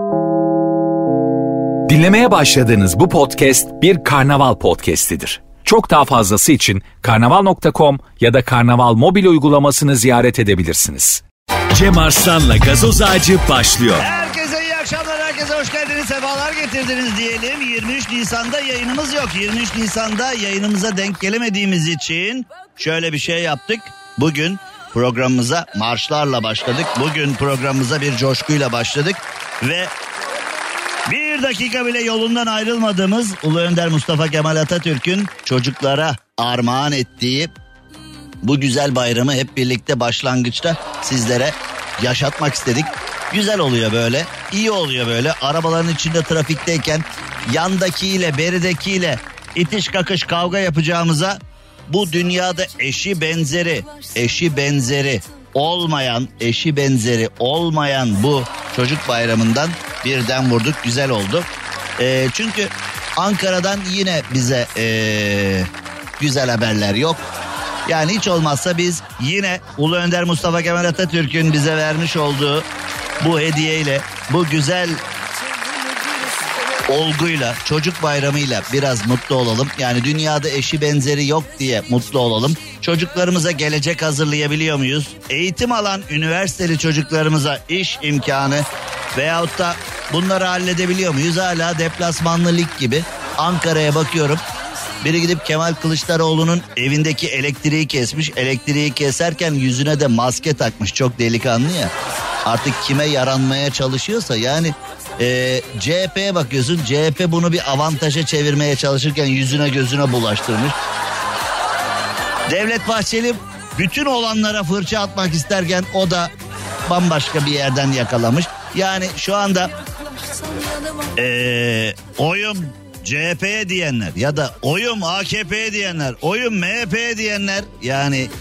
Dinlemeye başladığınız bu podcast bir karnaval podcastidir. Çok daha fazlası için karnaval.com ya da karnaval mobil uygulamasını ziyaret edebilirsiniz. Cem Arslan'la Gazoz Ağacı başlıyor. Herkese iyi akşamlar, herkese hoş geldiniz, sefalar getirdiniz diyelim. 23 Nisan'da yayınımız yok. 23 Nisan'da yayınımıza denk gelemediğimiz için şöyle bir şey yaptık. Bugün programımıza marşlarla başladık. Bugün programımıza bir coşkuyla başladık. Ve bir dakika bile yolundan ayrılmadığımız Ulu Önder Mustafa Kemal Atatürk'ün çocuklara armağan ettiği bu güzel bayramı hep birlikte başlangıçta sizlere yaşatmak istedik. Güzel oluyor böyle, iyi oluyor böyle. Arabaların içinde trafikteyken yandakiyle beridekiyle itiş kakış kavga yapacağımıza bu dünyada eşi benzeri olmayan bu çocuk bayramından birden vurduk, güzel oldu. Çünkü Ankara'dan yine bize güzel haberler yok. Yani hiç olmazsa biz yine Ulu Önder Mustafa Kemal Atatürk'ün bize vermiş olduğu bu hediyeyle, bu güzel olguyla, çocuk bayramıyla biraz mutlu olalım. Yani dünyada eşi benzeri yok diye mutlu olalım. Çocuklarımıza gelecek hazırlayabiliyor muyuz? Eğitim alan üniversiteli çocuklarımıza iş imkanı veyahut da bunları halledebiliyor muyuz? Hala deplasmanlı lig gibi. Ankara'ya bakıyorum. Biri gidip Kemal Kılıçdaroğlu'nun evindeki elektriği kesmiş. Elektriği keserken yüzüne de maske takmış. Çok delikanlı ya. Artık kime yaranmaya çalışıyorsa yani CHP'ye bakıyorsun. CHP bunu bir avantaja çevirmeye çalışırken yüzüne gözüne bulaştırmış. Devlet Bahçeli bütün olanlara fırça atmak isterken o da bambaşka bir yerden yakalamış. Yani şu anda oyum CHP'ye diyenler ya da oyum AKP'ye diyenler, oyum MHP'ye diyenler yani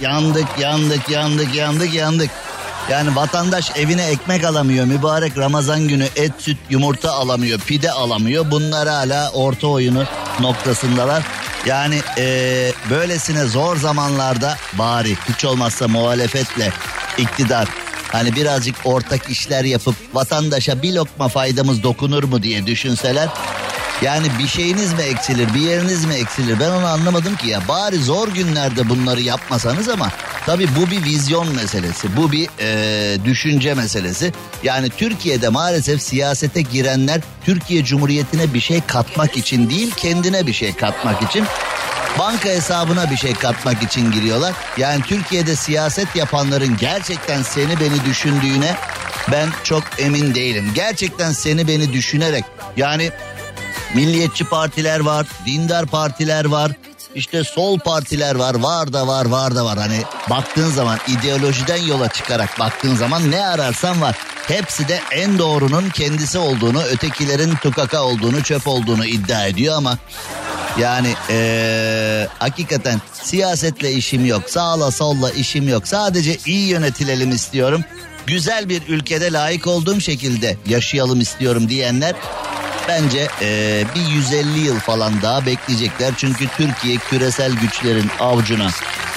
yandık. Yani vatandaş evine ekmek alamıyor, mübarek Ramazan günü et, süt, yumurta alamıyor, pide alamıyor. Bunlar hala orta oyunu noktasındalar. Yani böylesine zor zamanlarda bari hiç olmazsa muhalefetle iktidar hani birazcık ortak işler yapıp vatandaşa bir lokma faydamız dokunur mu diye düşünseler. Yani bir şeyiniz mi eksilir, bir yeriniz mi eksilir, ben onu anlamadım ki ya. Bari zor günlerde bunları yapmasanız ama tabii bu bir vizyon meselesi, bu bir düşünce meselesi. Yani Türkiye'de maalesef siyasete girenler Türkiye Cumhuriyeti'ne bir şey katmak için değil, kendine bir şey katmak için, banka hesabına bir şey katmak için giriyorlar. Yani Türkiye'de siyaset yapanların gerçekten seni beni düşündüğüne ben çok emin değilim. Gerçekten seni beni düşünerek yani... Milliyetçi partiler var, dindar partiler var, işte sol partiler var, var da var. Hani baktığın zaman ideolojiden yola çıkarak baktığın zaman ne ararsan var. Hepsi de en doğrunun kendisi olduğunu, ötekilerin tukaka olduğunu, çöp olduğunu iddia ediyor ama... Yani hakikaten siyasetle işim yok, sağla solla işim yok. Sadece iyi yönetilelim istiyorum. Güzel bir ülkede layık olduğum şekilde yaşayalım istiyorum diyenler... Bence bir 150 yıl falan daha bekleyecekler. Çünkü Türkiye küresel güçlerin avucuna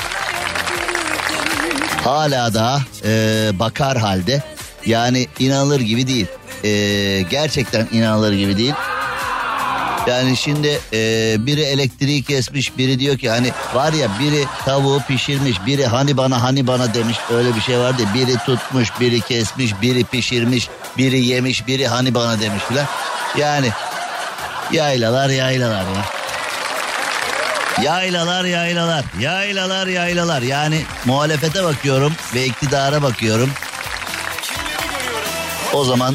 hala daha bakar halde. Yani inanılır gibi değil. Gerçekten inanılır gibi değil. Yani şimdi biri elektriği kesmiş, biri diyor ki hani var ya, biri tavuğu pişirmiş, biri hani bana demiş, öyle bir şey vardı. Biri tutmuş, biri kesmiş, biri pişirmiş, biri yemiş, biri hani bana demiş filan. Yani yaylalar ya. Yaylalar. Yani muhalefete bakıyorum ve iktidara bakıyorum. O zaman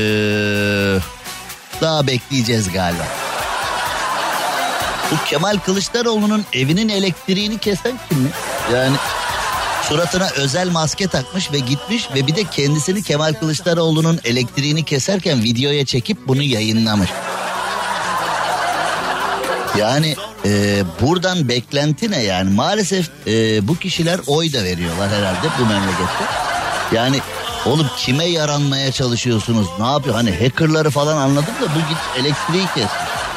daha bekleyeceğiz galiba. Bu Kemal Kılıçdaroğlu'nun evinin elektriğini kesen kim mi? Yani suratına özel maske takmış ve gitmiş ve bir de kendisini Kemal Kılıçdaroğlu'nun elektriğini keserken videoya çekip bunu yayınlamış. Yani buradan beklenti ne yani? Maalesef bu kişiler oy da veriyorlar herhalde bu memlekette. Yani oğlum kime yaranmaya çalışıyorsunuz? Ne yapıyor? Hani hackerları falan anladım da bu git elektriği kesmiş.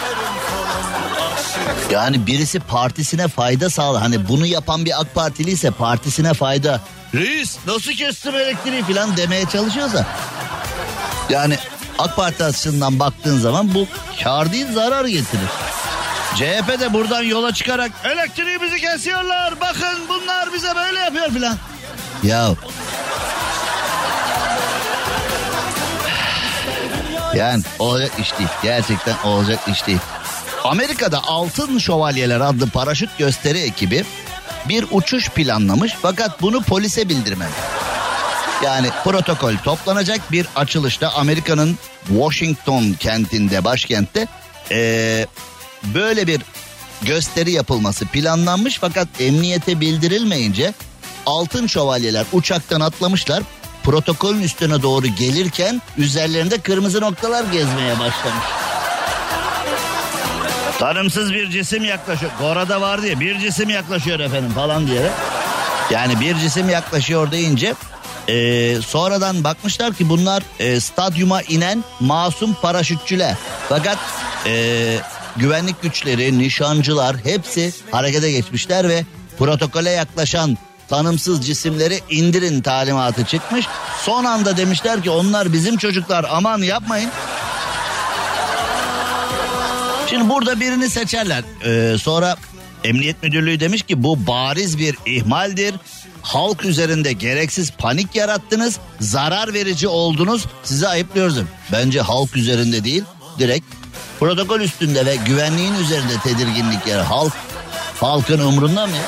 Yani birisi partisine fayda sağla. Hani bunu yapan bir AK Partili ise partisine fayda. Reis nasıl kestim elektriği falan demeye çalışıyorsa. Yani AK Parti açısından baktığın zaman bu kar değil zarar getirir. CHP de buradan yola çıkarak elektriğimizi kesiyorlar, bakın bunlar bize böyle yapıyor filan. Ya yani olacak iş değil. Gerçekten olacak iş değil. Amerika'da Altın Şövalyeler adlı paraşüt gösteri ekibi bir uçuş planlamış fakat bunu polise bildirmedi. Yani protokol toplanacak bir açılışta Amerika'nın Washington kentinde, başkentte böyle bir gösteri yapılması planlanmış fakat emniyete bildirilmeyince Altın Şövalyeler uçaktan atlamışlar. Protokolün üstüne doğru gelirken üzerlerinde kırmızı noktalar gezmeye başlamış. Tanımsız bir cisim yaklaşıyor. Gora'da var diye bir cisim yaklaşıyor efendim falan diyerek. Yani bir cisim yaklaşıyor deyince sonradan bakmışlar ki bunlar stadyuma inen masum paraşütçüler. Fakat güvenlik güçleri, nişancılar hepsi harekete geçmişler ve protokole yaklaşan tanımsız cisimleri indirin talimatı çıkmış. Son anda demişler ki onlar bizim çocuklar, aman yapmayın. Şimdi burada birini seçerler. Sonra Emniyet Müdürlüğü demiş ki bu bariz bir ihmaldir. Halk üzerinde gereksiz panik yarattınız. Zarar verici oldunuz. Sizi ayıplıyoruz. Bence halk üzerinde değil, direkt protokol üstünde ve güvenliğin üzerinde tedirginlik yer. Halkın umrunda mı?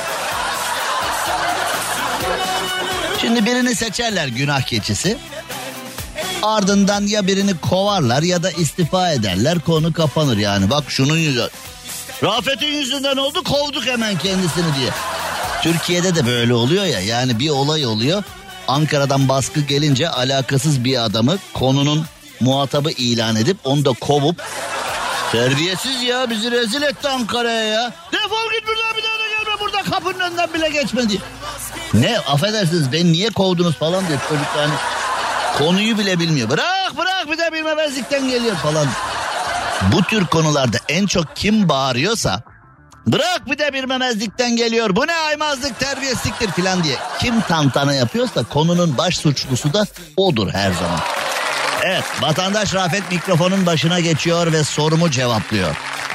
Şimdi birini seçerler günah keçisi. Ardından ya birini kovarlar ya da istifa ederler, konu kapanır yani. Bak şunun yüzünden, Rafet'in yüzünden oldu, kovduk hemen kendisini diye. Türkiye'de de böyle oluyor ya, yani bir olay oluyor. Ankara'dan baskı gelince alakasız bir adamı konunun muhatabı ilan edip onu da kovup, terbiyesiz ya, bizi rezil etti Ankara'ya ya. Defol git buradan, bir daha da gelme, burada kapının önünden bile geçme diye. Ne affedersiniz beni niye kovdunuz falan diyor çocuk, hani konuyu bile bilmiyor. Bırak bir de bilmemezlikten geliyor falan. Bu tür konularda en çok kim bağırıyorsa, bırak bir de bilmemezlikten geliyor, bu ne aymazlık, terbiyesizliktir falan diye kim tantana yapıyorsa konunun baş suçlusu da odur her zaman. Evet, vatandaş Rafet mikrofonun başına geçiyor ve sorumu cevaplıyor.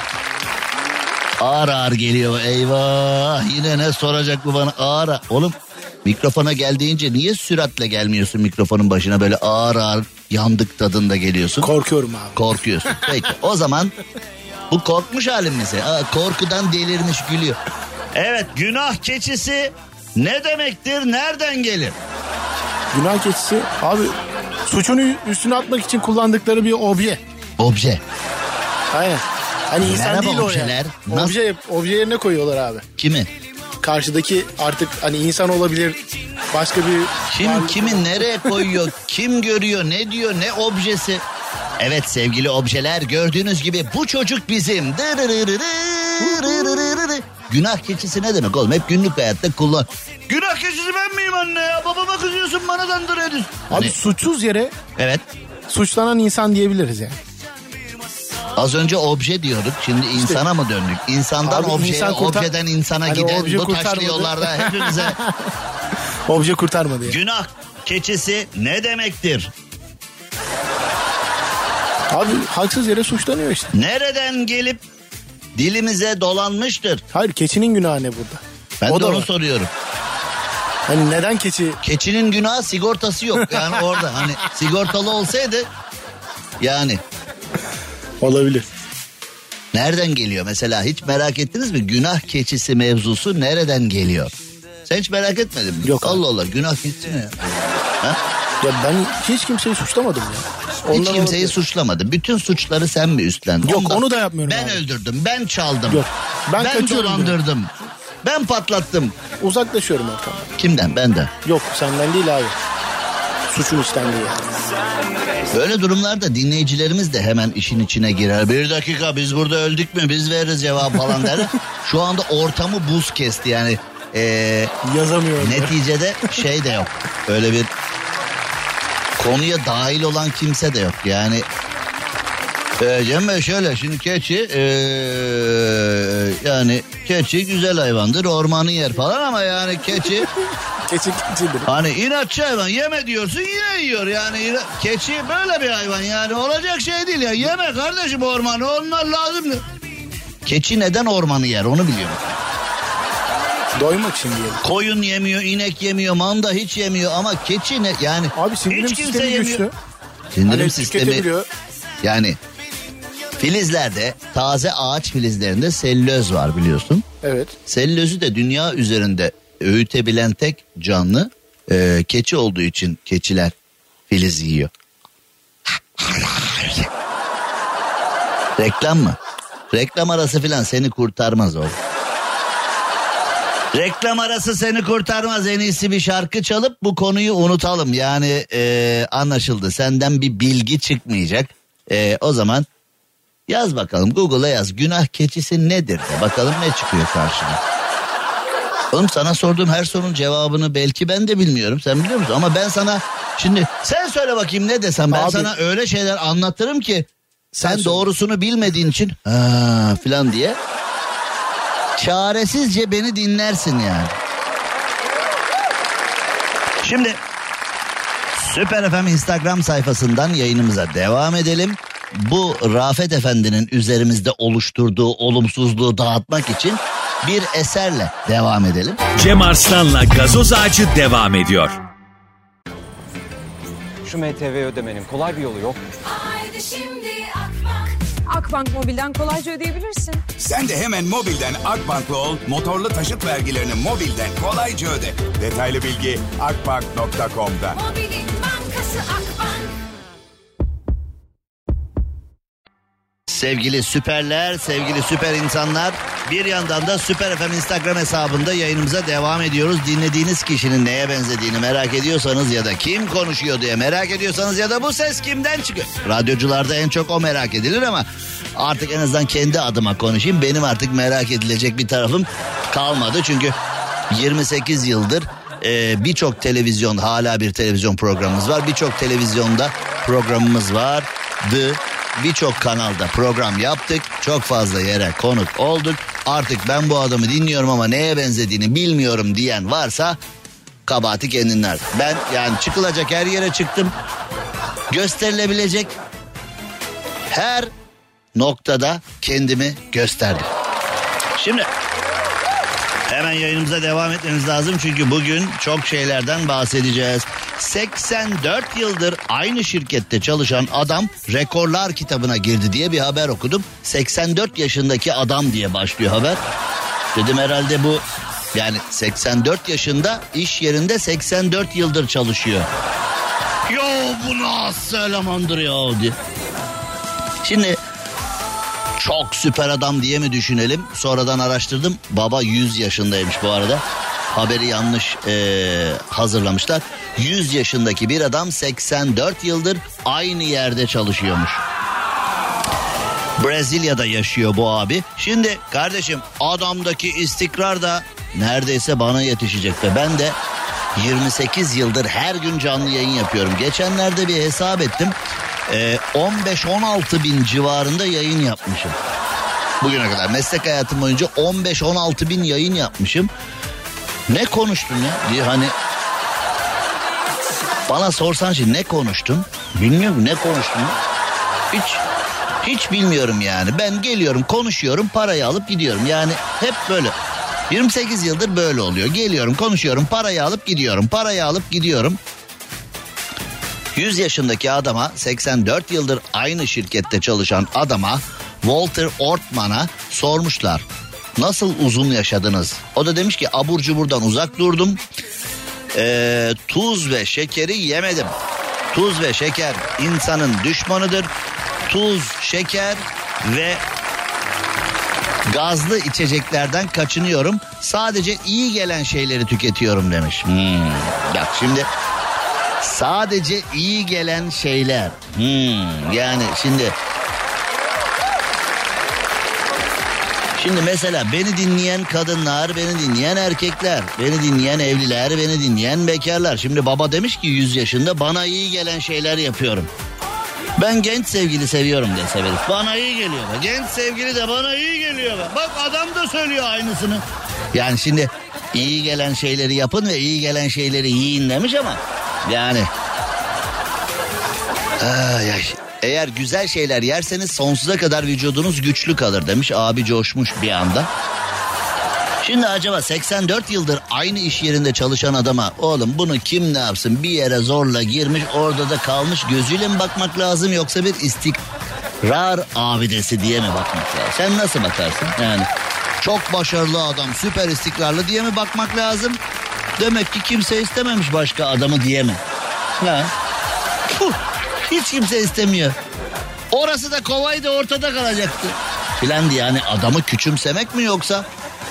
Ağır ağır geliyor, eyvah yine ne soracak bu bana, ağır. Oğlum mikrofona geldiğince niye süratle gelmiyorsun mikrofonun başına, böyle ağır ağır yandık tadında geliyorsun? Korkuyorum abi. Korkuyorsun. Peki o zaman bu korkmuş halin mi sen? Korkudan delirmiş gülüyor. Evet, günah keçisi ne demektir, nereden gelir? Günah keçisi abi suçunu üstüne atmak için kullandıkları bir obje. Obje. Aynen. Hani insan Merhaba değil o objeler. ya. Obje yerine koyuyorlar abi. Kimi? Karşıdaki artık hani insan olabilir, başka bir... Kimi nereye koyuyor, kim görüyor, ne diyor, ne objesi? Evet sevgili objeler, gördüğünüz gibi bu çocuk bizim. Günah keçisi ne demek oğlum, hep günlük hayatta kullan. Günah keçisi ben miyim anne ya, babama kızıyorsun, bana dandırıyorsun. Abi Hani, suçsuz yere evet. Suçlanan insan diyebiliriz yani. Az önce obje diyorduk, şimdi insana mı döndük? İnsandan abi, objeye, objeden insana hani giden bu taşlı yollarda hepimize... Obje kurtarmadı yani. Günah keçisi ne demektir? Abi haksız yere suçlanıyor işte. Nereden gelip dilimize dolanmıştır? Hayır, keçinin günahı ne burada? Ben o de da onu var. soruyorum. Hani neden keçi? Keçinin günahı sigortası yok. Yani orada hani sigortalı olsaydı yani. Olabilir. Nereden geliyor mesela, hiç merak ettiniz mi? Günah keçisi mevzusu nereden geliyor? Sen hiç merak etmedin mi? Yok. Allah Allah, günah keçisi ne ya? Ha? Ya ben hiç kimseyi suçlamadım ya. Hiç kimseyi suçlamadı. Bütün suçları sen mi üstlendin? Yok, onu da yapmıyorum. Ben abi. öldürdüm, ben çaldım. Yok. Ben kaçıyorum dolandırdım. Ya. Ben patlattım. Uzaklaşıyorum ortamdan. Kimden? Benden. Yok, senden değil abi. Suçun işlendiği yani. Böyle durumlarda dinleyicilerimiz de hemen işin içine girer. Bir dakika, biz burada öldük mü, biz veririz cevap falan der. Şu anda ortamı buz kesti yani. Yazamıyorum. Neticede şey de yok. Öyle bir konuya dahil olan kimse de yok. Yani Cem Bey şöyle, şimdi keçi yani keçi güzel hayvandır, ormanı yer falan ama yani keçi Keçi keçidir. Hani inatçı hayvan, yeme diyorsun yine yiyor yani. Keçi böyle bir hayvan yani, olacak şey değil ya. Yeme kardeşim ormanı, onlar lazım. Keçi neden ormanı yer onu biliyorum. Doymak için diyelim. Koyun yemiyor, inek yemiyor, manda hiç yemiyor ama keçi ne yani? Abi sindirim hiç kimse sistemi yemiyor. güçlü. Sindirim Hani sistemi yani filizlerde, taze ağaç filizlerinde sellüloz var biliyorsun. Evet. Sellülozu da dünya üzerinde öğütebilen tek canlı keçi olduğu için keçiler filiz yiyor. Reklam mı? Reklam arası filan seni kurtarmaz oğlum. Reklam arası seni kurtarmaz. En iyisi bir şarkı çalıp bu konuyu unutalım. Yani anlaşıldı. Senden bir bilgi çıkmayacak. O zaman yaz bakalım, Google'a yaz. Günah keçisi nedir de bakalım ne çıkıyor karşına. Oğlum sana sorduğum her sorunun cevabını belki ben de bilmiyorum. Sen biliyor musun? Ama ben sana şimdi sen söyle bakayım ne desem. Ben abi, sana öyle şeyler anlatırım ki sen söyle. doğrusunu bilmediğin için falan diye çaresizce beni dinlersin yani. Şimdi Süper FM Instagram sayfasından yayınımıza devam edelim. Bu Rafet Efendi'nin üzerimizde oluşturduğu olumsuzluğu dağıtmak için bir eserle devam edelim. Cem Arslan'la Gazoz Ağacı devam ediyor. Şu MTV ödemenin kolay bir yolu yok. Haydi şimdi Akbank Mobil'den kolayca ödeyebilirsin. Sen de hemen mobilden Akbank'la ol, motorlu taşıt vergilerini mobilden kolayca öde. Detaylı bilgi akbank.com'da. Mobilin bankası Akbank. Sevgili süperler, sevgili süper insanlar, bir yandan da Süper FM Instagram hesabında yayınımıza devam ediyoruz. Dinlediğiniz kişinin neye benzediğini merak ediyorsanız ya da kim konuşuyor diye merak ediyorsanız ya da bu ses kimden çıkıyor? Radyocularda en çok o merak edilir ama artık en azından kendi adıma konuşayım. Benim artık merak edilecek bir tarafım kalmadı çünkü 28 yıldır birçok televizyon, hala bir televizyon programımız var. Birçok televizyonda programımız vardı. Birçok kanalda program yaptık. Çok fazla yere konuk olduk. Artık ben bu adamı dinliyorum ama neye benzediğini bilmiyorum diyen varsa kabahati kendinden. Ben yani çıkılacak her yere çıktım. Gösterilebilecek her noktada kendimi gösterdim. Şimdi hemen yayınımıza devam etmemiz lazım çünkü bugün çok şeylerden bahsedeceğiz. 84 yıldır aynı şirkette çalışan adam rekorlar kitabına girdi diye bir haber okudum. 84 yaşındaki adam diye başlıyor haber. Dedim herhalde bu yani 84 yaşında iş yerinde 84 yıldır çalışıyor. Yo bu nasıl elemandır ya diye. Şimdi çok süper adam diye mi düşünelim? Sonradan araştırdım. Baba 100 yaşındaymış bu arada. Haberi yanlış hazırlamışlar. 100 yaşındaki bir adam 84 yıldır aynı yerde çalışıyormuş. Brezilya'da yaşıyor bu abi. Şimdi kardeşim adamdaki istikrar da neredeyse bana yetişecek ve ben de 28 yıldır her gün canlı yayın yapıyorum. Geçenlerde bir hesap ettim. 15-16 bin civarında yayın yapmışım. Bugüne kadar meslek hayatım boyunca 15-16 bin yayın yapmışım. Ne konuştun ya diye hani bana sorsan şimdi ne konuştun? Bilmiyorum ne konuştun? Hiç bilmiyorum yani. Ben geliyorum, konuşuyorum, parayı alıp gidiyorum. Yani hep böyle. 28 yıldır böyle oluyor. Geliyorum, konuşuyorum, parayı alıp gidiyorum. Parayı alıp gidiyorum. 100 yaşındaki adama, 84 yıldır aynı şirkette çalışan adama, Walter Ortman'a sormuşlar. Nasıl uzun yaşadınız? O da demiş ki abur cuburdan uzak durdum. Tuz ve şekeri yemedim. Tuz ve şeker insanın düşmanıdır. Tuz, şeker ve gazlı içeceklerden kaçınıyorum. Sadece iyi gelen şeyleri tüketiyorum demiş. Bak şimdi sadece iyi gelen şeyler. Yani Şimdi mesela beni dinleyen kadınlar, beni dinleyen erkekler, beni dinleyen evliler, beni dinleyen bekarlar. Şimdi baba demiş ki 100 yaşında bana iyi gelen şeyler yapıyorum. Ben genç sevgili seviyorum diye severiz. Bana iyi geliyor. Genç sevgili de bana iyi geliyor. Bak adam da söylüyor aynısını. Yani şimdi İyi gelen şeyleri yapın ve iyi gelen şeyleri yiyin demiş ama yani. Eğer güzel şeyler yerseniz sonsuza kadar vücudunuz güçlü kalır demiş. Abi coşmuş bir anda. Şimdi acaba 84 yıldır aynı iş yerinde çalışan adama oğlum bunu kim ne yapsın, bir yere zorla girmiş orada da kalmış gözüyle mi bakmak lazım, yoksa bir istikrar abidesi diye mi bakmak lazım? Sen nasıl bakarsın? Yani çok başarılı adam, süper istikrarlı diye mi bakmak lazım? Demek ki kimse istememiş başka adamı diye mi? Ha? Hiç kimse istemiyor. Orası da kovaydı, ortada kalacaktı filan diye. Yani adamı küçümsemek mi yoksa?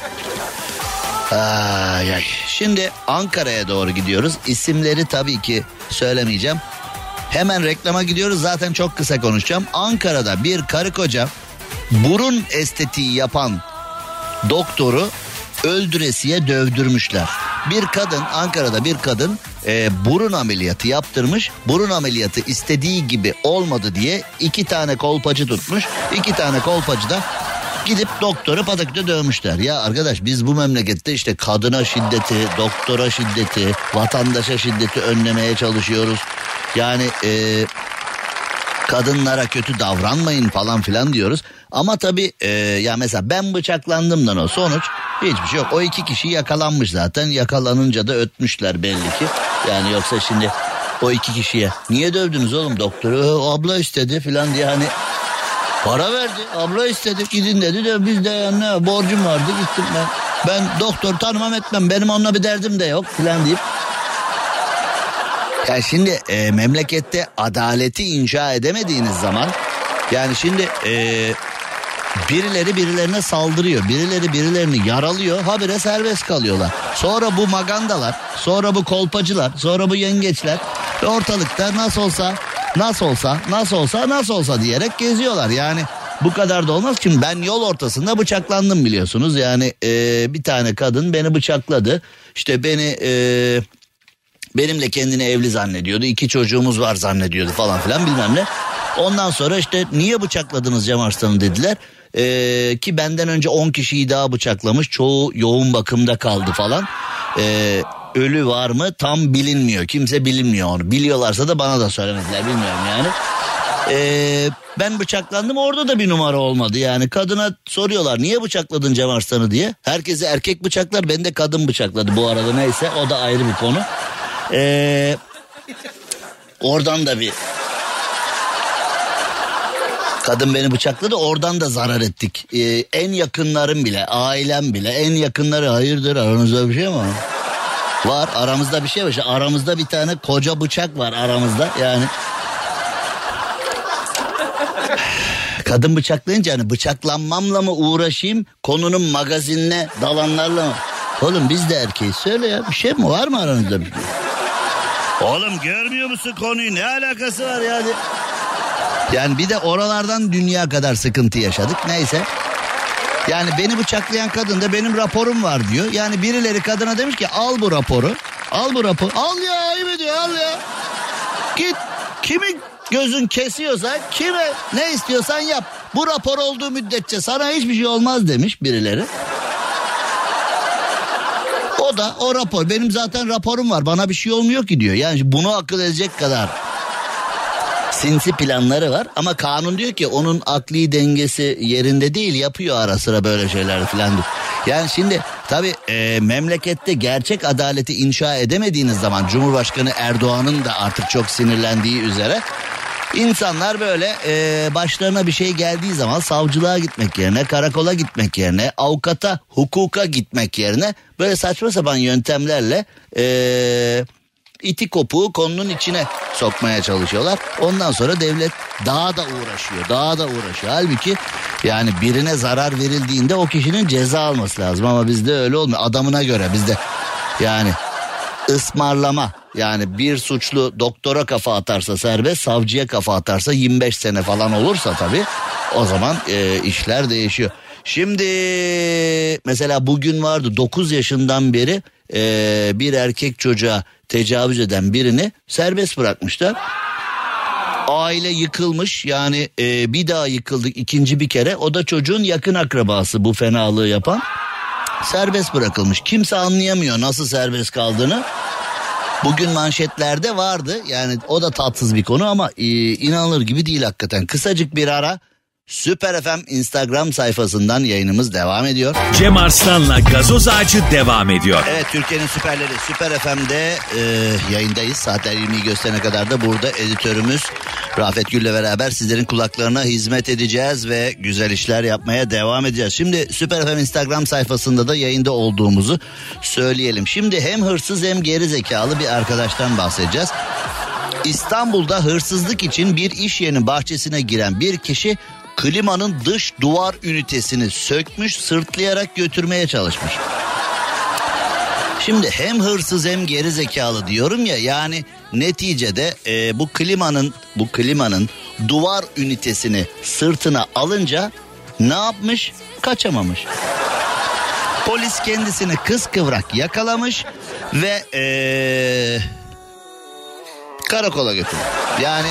Ay. Şimdi Ankara'ya doğru gidiyoruz. İsimleri tabii ki söylemeyeceğim. Hemen reklama gidiyoruz. Zaten çok kısa konuşacağım. Ankara'da bir karı koca burun estetiği yapan doktoru öldüresiye dövdürmüşler. Bir kadın, Ankara'da bir kadın burun ameliyatı yaptırmış. Burun ameliyatı istediği gibi olmadı diye 2 tane kolpacı tutmuş. 2 tane kolpacı da gidip doktoru pataküte dövmüşler. Ya arkadaş, biz bu memlekette işte kadına şiddeti, doktora şiddeti, vatandaşa şiddeti önlemeye çalışıyoruz. Yani kadınlara kötü davranmayın falan filan diyoruz. Ama tabii ya mesela ben bıçaklandımdan o sonuç hiçbir şey yok. O 2 kişi yakalanmış zaten. Yakalanınca da ötmüşler belli ki. Yani yoksa şimdi o 2 kişiye niye dövdünüz oğlum doktoru? Abla istedi filan diye hani para verdi. Abla istedi, gidin dedi de biz de yani ne borcum vardı gittim ben. Ben doktor tanımam etmem, benim onunla bir derdim de yok filan deyip. Yani şimdi memlekette adaleti inşa edemediğiniz zaman yani şimdi birileri birilerine saldırıyor, birileri birilerini yaralıyor, habire serbest kalıyorlar. Sonra bu magandalar, sonra bu kolpacılar, sonra bu yengeçler ortalıkta nasıl olsa diyerek geziyorlar. Yani bu kadar da olmaz. Şimdi ben yol ortasında bıçaklandım biliyorsunuz. Yani bir tane kadın beni bıçakladı. İşte benimle kendini evli zannediyordu. 2 çocuğumuz var zannediyordu falan filan bilmem ne. Ondan sonra işte niye bıçakladınız Cem Arslan'ı dediler. Ki benden önce 10 kişiyi daha bıçaklamış. Çoğu yoğun bakımda kaldı falan. Ölü var mı tam bilinmiyor. Kimse bilmiyor onu. Biliyorlarsa da bana da söylemediler, bilmiyorum yani. Ben bıçaklandım, orada da bir numara olmadı. Yani kadına soruyorlar niye bıçakladın Cem Arslan'ı diye. Herkesi erkek bıçaklar, beni de kadın bıçakladı bu arada, neyse o da ayrı bir konu. Oradan da bir kadın beni bıçakladı, oradan da zarar ettik. En yakınlarım bile, ailem bile, en yakınları hayırdır aranızda bir şey mi var? Var, aramızda bir şey var. İşte aramızda bir tane koca bıçak var aramızda yani. Kadın bıçaklayınca hani bıçaklanmamla mı uğraşayım, konunun magazinine dalanlarla mı? Oğlum biz de erkeğiz, söyle ya, bir şey mi var mı aranızda bir şey? Oğlum görmüyor musun konuyu, ne alakası var yani? Yani bir de oralardan dünya kadar sıkıntı yaşadık, neyse. Yani beni bıçaklayan kadın da benim raporum var diyor. Yani birileri kadına demiş ki al bu raporu. Al bu raporu. Al ya, ayıp ediyor, al ya. Git kimin gözün kesiyorsa, kime ne istiyorsan yap. Bu rapor olduğu müddetçe sana hiçbir şey olmaz demiş birileri. O da o rapor, benim zaten raporum var, bana bir şey olmuyor ki diyor. Yani bunu akıl edecek kadar sinsi planları var. Ama kanun diyor ki onun akli dengesi yerinde değil, yapıyor ara sıra böyle şeyler falan diyor. Yani şimdi tabii memlekette gerçek adaleti inşa edemediğiniz zaman, Cumhurbaşkanı Erdoğan'ın da artık çok sinirlendiği üzere, İnsanlar böyle başlarına bir şey geldiği zaman savcılığa gitmek yerine, karakola gitmek yerine, avukata, hukuka gitmek yerine böyle saçma sapan yöntemlerle iti kopuğu konunun içine sokmaya çalışıyorlar. Ondan sonra devlet daha da uğraşıyor. Halbuki yani birine zarar verildiğinde o kişinin ceza alması lazım ama bizde öyle olmuyor. Adamına göre bizde yani ısmarlama. Yani bir suçlu doktora kafa atarsa serbest, savcıya kafa atarsa 25 sene falan olursa tabii o zaman işler değişiyor. Şimdi mesela bugün vardı 9 yaşından beri bir erkek çocuğa tecavüz eden birini serbest bırakmışlar. Aile yıkılmış yani, bir daha yıkıldık ikinci bir kere, o da çocuğun yakın akrabası bu fenalığı yapan. serbest bırakılmış. Kimse anlayamıyor nasıl serbest kaldığını. Bugün manşetlerde vardı. Yani o da tatsız bir konu ama inanılır gibi değil hakikaten. Kısacık bir ara. Süper FM Instagram sayfasından yayınımız devam ediyor. Cem Arslan'la Gazoz Ağacı devam ediyor. Evet, Türkiye'nin süperleri Süper FM'de yayındayız. Saatler 20'yi gösterene kadar da burada editörümüz Rafet Gül'le beraber sizlerin kulaklarına hizmet edeceğiz ve güzel işler yapmaya devam edeceğiz. Şimdi Süper FM Instagram sayfasında da yayında olduğumuzu söyleyelim. Şimdi hem hırsız hem geri zekalı bir arkadaştan bahsedeceğiz. İstanbul'da hırsızlık için bir iş yerinin bahçesine giren bir kişi klimanın dış duvar ünitesini sökmüş, sırtlayarak götürmeye çalışmış. Şimdi hem hırsız hem geri zekalı diyorum ya, yani neticede bu klimanın duvar ünitesini sırtına alınca ne yapmış? Kaçamamış. Polis kendisini kıskıvrak yakalamış ve karakola götürmüş. Yani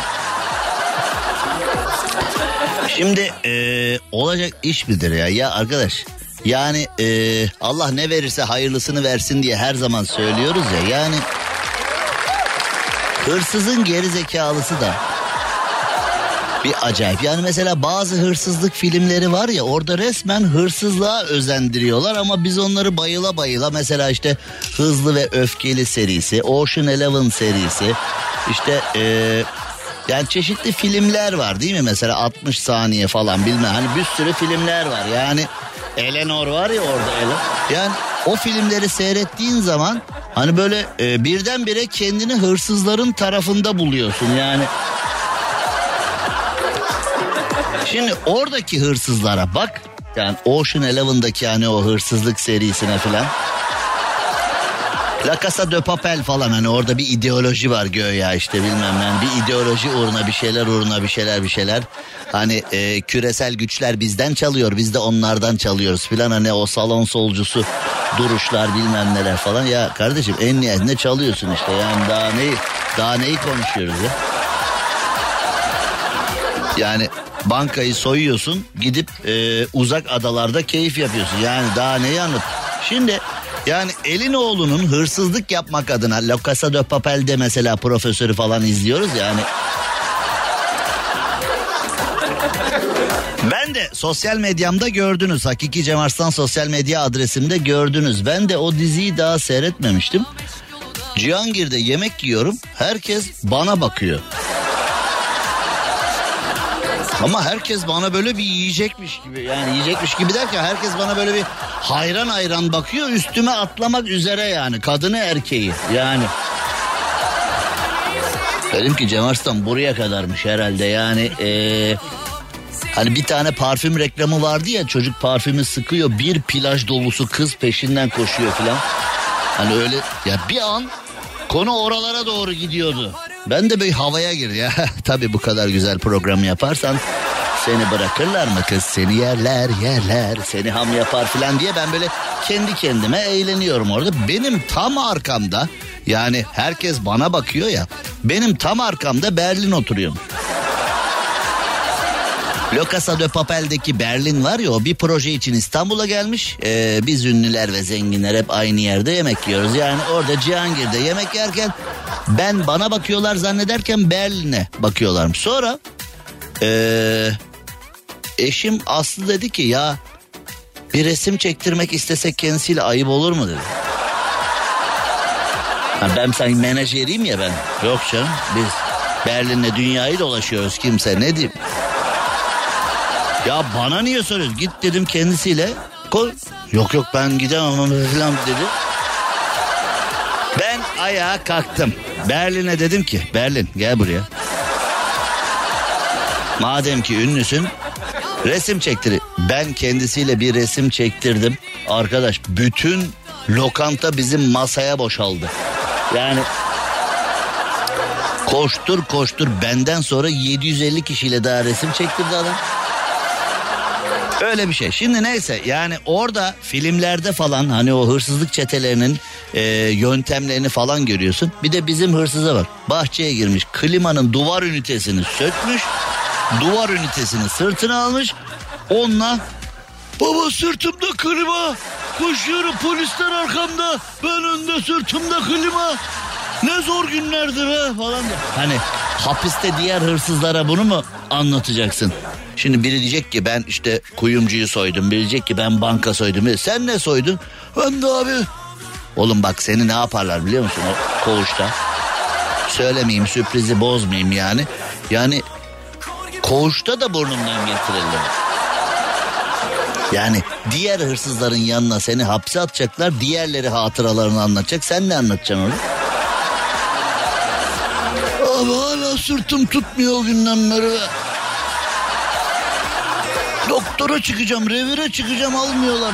şimdi olacak iş midir ya? Ya arkadaş, yani Allah ne verirse hayırlısını versin diye her zaman söylüyoruz ya. Yani hırsızın geri zekalısı da bir acayip. Yani mesela bazı hırsızlık filmleri var ya, orada resmen hırsızlığa özendiriyorlar ama biz onları bayıla bayıla, mesela işte Hızlı ve Öfkeli serisi, Ocean Eleven serisi, işte yani çeşitli filmler var değil mi? Mesela 60 saniye falan, bilmem, hani bir sürü filmler var. Yani Eleanor var ya orada, yani o filmleri seyrettiğin zaman hani böyle birdenbire kendini hırsızların tarafında buluyorsun yani. Şimdi oradaki hırsızlara bak, yani Ocean Eleven'daki hani o hırsızlık serisine filan, La Casa de Papel falan, hani orada bir ideoloji var göya, işte bilmem, yani bir ideoloji uğruna bir şeyler hani küresel güçler bizden çalıyor, biz de onlardan çalıyoruz filan, hani o salon solcusu duruşlar bilmem neler falan. Ya kardeşim, en nihayetinde çalıyorsun işte, yani daha neyi konuşuyoruz ya. Yani bankayı soyuyorsun, gidip uzak adalarda keyif yapıyorsun, yani daha neyi anlat. Şimdi yani Elinoğlu'nun hırsızlık yapmak adına La Casa de Papel'de mesela profesörü falan izliyoruz yani. Ben de sosyal medyamda gördünüz, Hakiki Cem Arslan sosyal medya adresimde gördünüz. Ben de o diziyi daha seyretmemiştim. Cihangir'de yemek yiyorum, herkes bana bakıyor. Ama herkes bana böyle bir yiyecekmiş gibi, yani yiyecekmiş gibi derken herkes bana böyle bir hayran bakıyor, üstüme atlamak üzere yani, kadını erkeği yani. Dedim ki Cem Arslan buraya kadarmış herhalde yani. Hani bir tane parfüm reklamı vardı ya, çocuk parfümü sıkıyor, bir plaj dolusu kız peşinden koşuyor falan. Hani öyle ya, bir an konu oralara doğru gidiyordu. Ben de bir havaya girdim ya. Tabii bu kadar güzel programı yaparsan seni bırakırlar mı kız? Seni yerler seni ham yapar falan diye ben böyle kendi kendime eğleniyorum orada. Benim tam arkamda, yani herkes bana bakıyor ya, benim tam arkamda Berlin oturuyor. La Casa de Papel'deki Berlin var ya, o bir proje için İstanbul'a gelmiş. Biz ünlüler ve zenginler hep aynı yerde yemek yiyoruz. Yani orada Cihangir'de yemek yerken bana bakıyorlar zannederken Berlin'e bakıyorlarmış. Sonra eşim Aslı dedi ki ya bir resim çektirmek istesek kendisiyle ayıp olur mu dedi. Ben sanki menajeriyim ya ben. Yok canım, biz Berlin'le dünyayı dolaşıyoruz, kimse ne diyeyim. Ya bana niye soruyorsun? Git dedim kendisiyle. Yok ben gidemem falan dedi. Ben ayağa kalktım. Berlin'e dedim ki Berlin gel buraya. Madem ki ünlüsün, resim çektir. Ben kendisiyle bir resim çektirdim. Arkadaş bütün lokanta bizim masaya boşaldı. Yani koştur benden sonra 750 kişiyle daha resim çektirdi adam. Öyle bir şey. Şimdi neyse, yani orada filmlerde falan hani o hırsızlık çetelerinin yöntemlerini falan görüyorsun. Bir de bizim hırsıza bak. Bahçeye girmiş, klimanın duvar ünitesini sökmüş. Duvar ünitesini sırtına almış. Onunla baba sırtımda klima Koşuyorum, polisler arkamda, ben önde, sırtımda klima. Ne zor günlerdir ha falan da. Hani hapiste diğer hırsızlara bunu mu anlatacaksın? Şimdi biri diyecek ki ben işte kuyumcuyu soydum. Biri diyecek ki ben banka soydum. Sen ne soydun? Ben de abi. Oğlum bak seni ne yaparlar biliyor musun o koğuşta? Söylemeyeyim, sürprizi bozmayayım yani. Yani koğuşta da burnundan getirirler. Yani diğer hırsızların yanına seni hapse atacaklar. Diğerleri hatıralarını anlatacak. Sen ne anlatacaksın onu? Abi hala sırtım tutmuyor o günden beri. Doktora çıkacağım, revire çıkacağım, almıyorlar.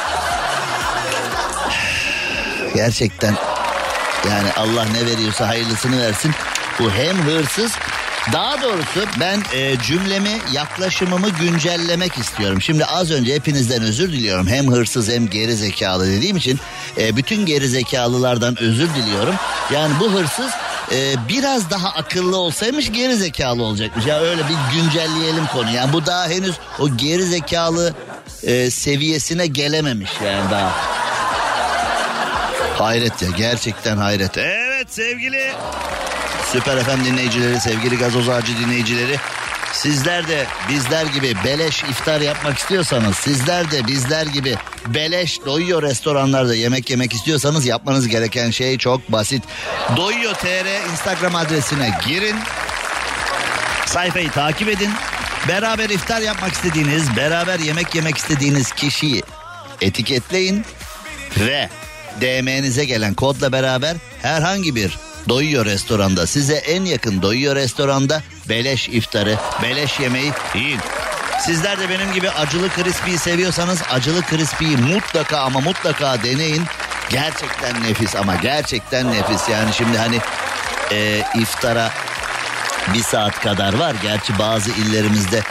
Gerçekten yani Allah ne veriyorsa hayırlısını versin. Bu hem hırsız, daha doğrusu ben cümlemi, yaklaşımımı güncellemek istiyorum. Şimdi az önce hepinizden özür diliyorum. Hem hırsız hem geri zekalı dediğim için bütün geri zekalılardan özür diliyorum. Yani bu hırsız biraz daha akıllı olsaymış geri zekalı olacakmış. Ya öyle bir güncelleyelim konuyu. Yani bu daha henüz o geri zekalı seviyesine gelememiş yani daha. Hayret ya, gerçekten hayret. Evet sevgili Süper FM dinleyicileri, sevgili Gazoz Ağacı dinleyicileri, sizler de bizler gibi beleş iftar yapmak istiyorsanız, sizler de bizler gibi beleş Doyuyor restoranlarda yemek yemek istiyorsanız yapmanız gereken şey çok basit. Doyuyor.tr Instagram adresine girin, sayfayı takip edin, beraber iftar yapmak istediğiniz, beraber yemek yemek istediğiniz kişiyi etiketleyin ve DM'nize gelen kodla beraber herhangi bir Doyuyor restoranda, size en yakın Doyuyor restoranda beleş iftarı, beleş yemeği yiyin. Sizler de benim gibi acılı crispy'yi seviyorsanız acılı crispy'yi mutlaka ama mutlaka deneyin. Gerçekten nefis, ama gerçekten nefis. Yani şimdi hani iftara bir saat kadar var. Gerçi bazı illerimizde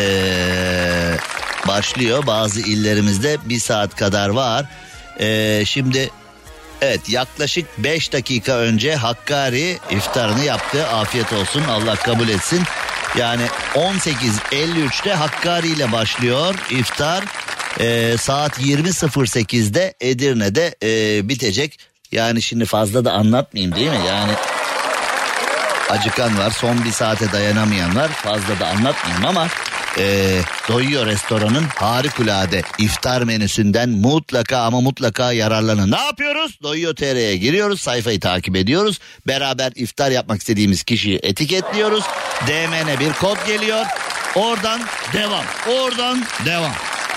başlıyor, bazı illerimizde bir saat kadar var. Şimdi evet, yaklaşık 5 dakika önce Hakkari iftarını yaptı. Afiyet olsun, Allah kabul etsin. Yani 18.53'te Hakkari ile başlıyor iftar. Saat 20.08'de Edirne'de bitecek. Yani şimdi fazla da anlatmayayım değil mi? Yani acıkan var, son bir saate dayanamayanlar, fazla da anlatmayayım ama Doyuyor restoranın harikulade iftar menüsünden mutlaka ama mutlaka yararlanın. Ne yapıyoruz? Doyuyor.tr'ye giriyoruz, sayfayı takip ediyoruz, beraber iftar yapmak istediğimiz kişiyi etiketliyoruz, DM'ne bir kod geliyor, oradan devam.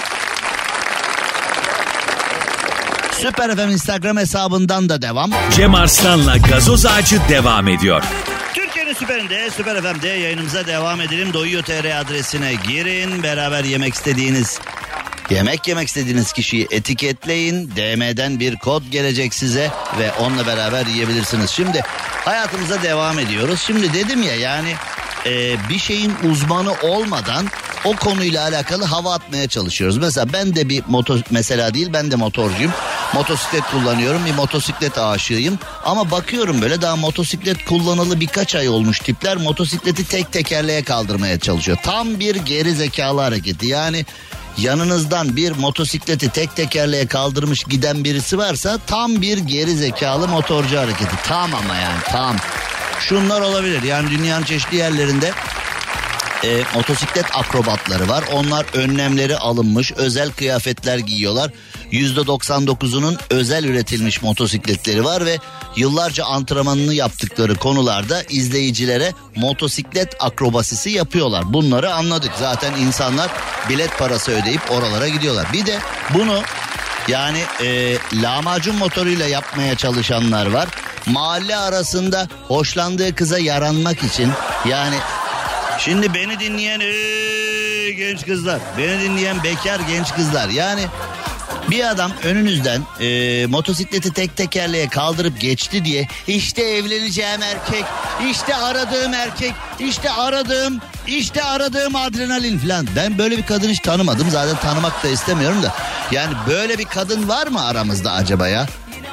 Süper FM Instagram hesabından da devam. Cem Arslan'la Gazoz Ağacı devam ediyor. Türkiye'nin süperinde, Süper FM'de yayınımıza devam edelim. Doyuyor.tr adresine girin, beraber yemek istediğiniz kişiyi etiketleyin. DM'den bir kod gelecek size ve onunla beraber yiyebilirsiniz. Şimdi hayatımıza devam ediyoruz. Şimdi dedim ya yani bir şeyin uzmanı olmadan o konuyla alakalı hava atmaya çalışıyoruz. Mesela ben de ben de motorcuyum. Motosiklet kullanıyorum, bir motosiklet aşığıyım. Ama bakıyorum böyle daha motosiklet kullanalı birkaç ay olmuş tipler motosikleti tek tekerleğe kaldırmaya çalışıyor. Tam bir geri zekalı hareketi. Yani yanınızdan bir motosikleti tek tekerleğe kaldırmış giden birisi varsa tam bir geri zekalı motorcu hareketi. Tam ama yani tam. Şunlar olabilir yani dünyanın çeşitli yerlerinde motosiklet akrobatları var. Onlar önlemleri alınmış, özel kıyafetler giyiyorlar. %99'unun özel üretilmiş motosikletleri var ve yıllarca antrenmanını yaptıkları konularda izleyicilere motosiklet akrobasisi yapıyorlar. Bunları anladık. Zaten insanlar bilet parası ödeyip oralara gidiyorlar. Bir de bunu yani lahmacun motoruyla yapmaya çalışanlar var. Mahalle arasında hoşlandığı kıza yaranmak için yani... Şimdi beni dinleyen genç kızlar, beni dinleyen bekar genç kızlar, yani bir adam önünüzden motosikleti tek tekerleğe kaldırıp geçti diye işte evleneceğim erkek, işte aradığım erkek, işte aradığım adrenalin falan. Ben böyle bir kadın hiç tanımadım, zaten tanımak da istemiyorum da. Yani böyle bir kadın var mı aramızda acaba ya?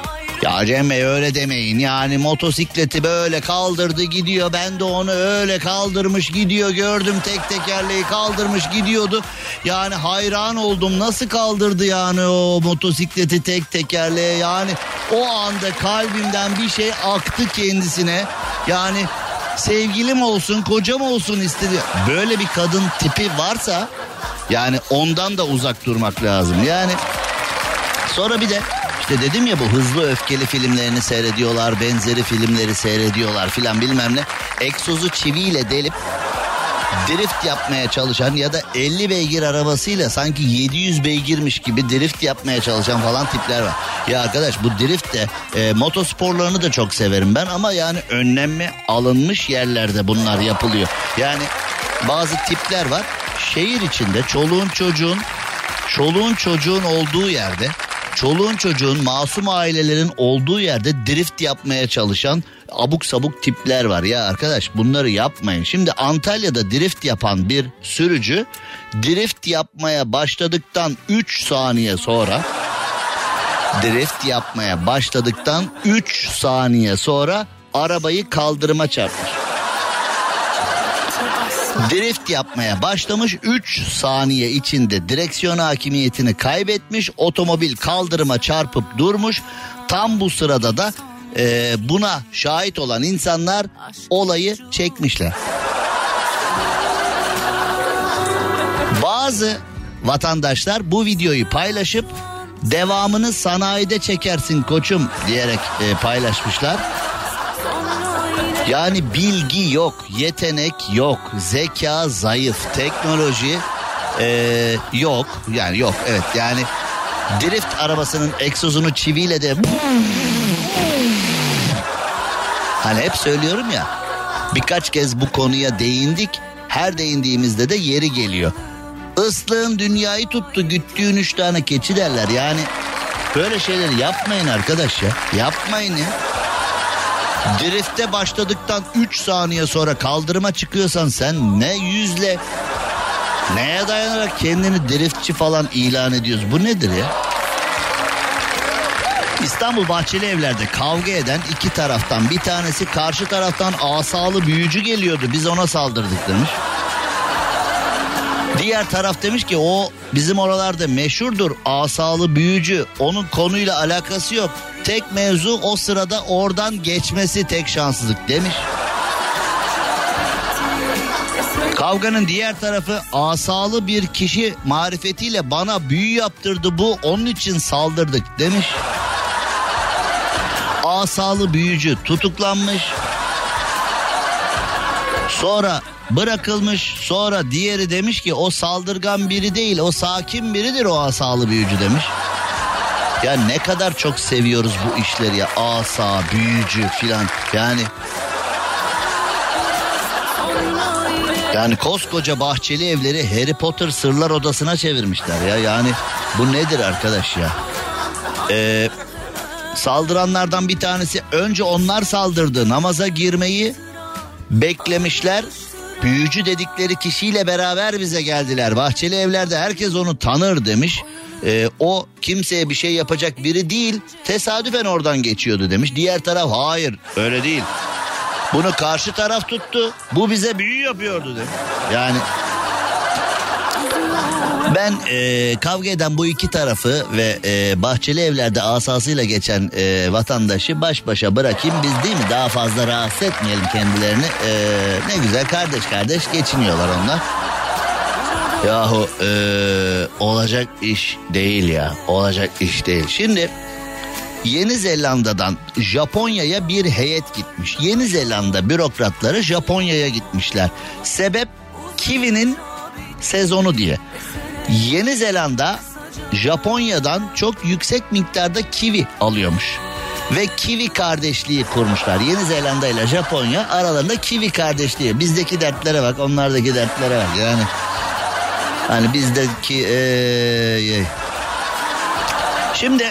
Ya Cem Bey öyle demeyin, yani motosikleti böyle kaldırdı gidiyor, ben de onu öyle kaldırmış gidiyor gördüm, tek tekerleği kaldırmış gidiyordu. Yani hayran oldum, nasıl kaldırdı yani o motosikleti tek tekerleğe, yani o anda kalbimden bir şey aktı kendisine. Yani sevgilim olsun, kocam olsun istedi. Böyle bir kadın tipi varsa yani ondan da uzak durmak lazım. Yani sonra bir de işte dedim ya, bu Hızlı Öfkeli filmlerini seyrediyorlar, benzeri filmleri seyrediyorlar filan bilmem ne. Egzozu çiviyle delip drift yapmaya çalışan ya da 50 beygir arabasıyla sanki 700 beygirmiş gibi drift yapmaya çalışan falan tipler var. Ya arkadaş, bu drift de motosporlarını da çok severim ben ama yani önlenme alınmış yerlerde bunlar yapılıyor. Yani bazı tipler var, şehir içinde çoluğun çocuğun olduğu yerde, çoluğun çocuğun, masum ailelerin olduğu yerde drift yapmaya çalışan abuk sabuk tipler var. Ya arkadaş, bunları yapmayın. Şimdi Antalya'da drift yapan bir sürücü drift yapmaya başladıktan 3 saniye sonra arabayı kaldırıma çarpmış. Drift yapmaya başlamış, 3 saniye içinde direksiyon hakimiyetini kaybetmiş, otomobil kaldırıma çarpıp durmuş. Tam bu sırada da buna şahit olan insanlar olayı çekmişler. Bazı vatandaşlar bu videoyu paylaşıp devamını sanayide çekersin koçum diyerek paylaşmışlar. Yani bilgi yok, yetenek yok, zeka zayıf, teknoloji yok. Yani yok, evet, yani drift arabasının egzozunu çiviyle de hani hep söylüyorum ya, birkaç kez bu konuya değindik. Her değindiğimizde de yeri geliyor. Islığın dünyayı tuttu, güttüğün 3 tane keçi derler. Yani böyle şeyleri yapmayın arkadaş ya. Yapmayın ya. Drift'e başladıktan 3 saniye sonra kaldırıma çıkıyorsan sen ne yüzle, neye dayanarak kendini driftçi falan ilan ediyorsun? Bu nedir ya? İstanbul Bahçelievler'de kavga eden iki taraftan bir tanesi karşı taraftan asalı büyücü geliyordu, biz ona saldırdık demiş. Diğer taraf demiş ki o bizim oralarda meşhurdur, asalı büyücü, onun konuyla alakası yok. Tek mevzu o sırada oradan geçmesi, tek şanssızlık demiş. Kavganın diğer tarafı, asalı bir kişi marifetiyle bana büyü yaptırdı bu, onun için saldırdık demiş. Asalı büyücü tutuklanmış. Sonra bırakılmış. Sonra diğeri demiş ki o saldırgan biri değil, o sakin biridir o asalı büyücü demiş. Ya ne kadar çok seviyoruz bu işleri ya, asa, büyücü filan. Yani koskoca Bahçelievler'i Harry Potter Sırlar Odası'na çevirmişler ya. Yani bu nedir arkadaş ya? Saldıranlardan bir tanesi, önce onlar saldırdı, namaza girmeyi beklemişler. Büyücü dedikleri kişiyle beraber bize geldiler. Bahçelievler'de herkes onu tanır demiş. O kimseye bir şey yapacak biri değil, tesadüfen oradan geçiyordu demiş. Diğer taraf hayır öyle değil, bunu karşı taraf tuttu, bu bize büyü yapıyordu demiş. Yani ben kavga eden bu iki tarafı ve Bahçelievler'de asasıyla geçen vatandaşı baş başa bırakayım biz, değil mi? Daha fazla rahatsız etmeyelim kendilerini. Ne güzel kardeş kardeş geçiniyorlar onlar. Yahu olacak iş değil ya, olacak iş değil. Şimdi Yeni Zelanda'dan Japonya'ya bir heyet gitmiş. Yeni Zelanda bürokratları Japonya'ya gitmişler. Sebep kivinin sezonu diye. Yeni Zelanda Japonya'dan çok yüksek miktarda kivi alıyormuş. Ve kivi kardeşliği kurmuşlar. Yeni Zelanda ile Japonya aralarında kivi kardeşliği. Bizdeki dertlere bak, onlardaki dertlere bak. Yani hani bizdeki şimdi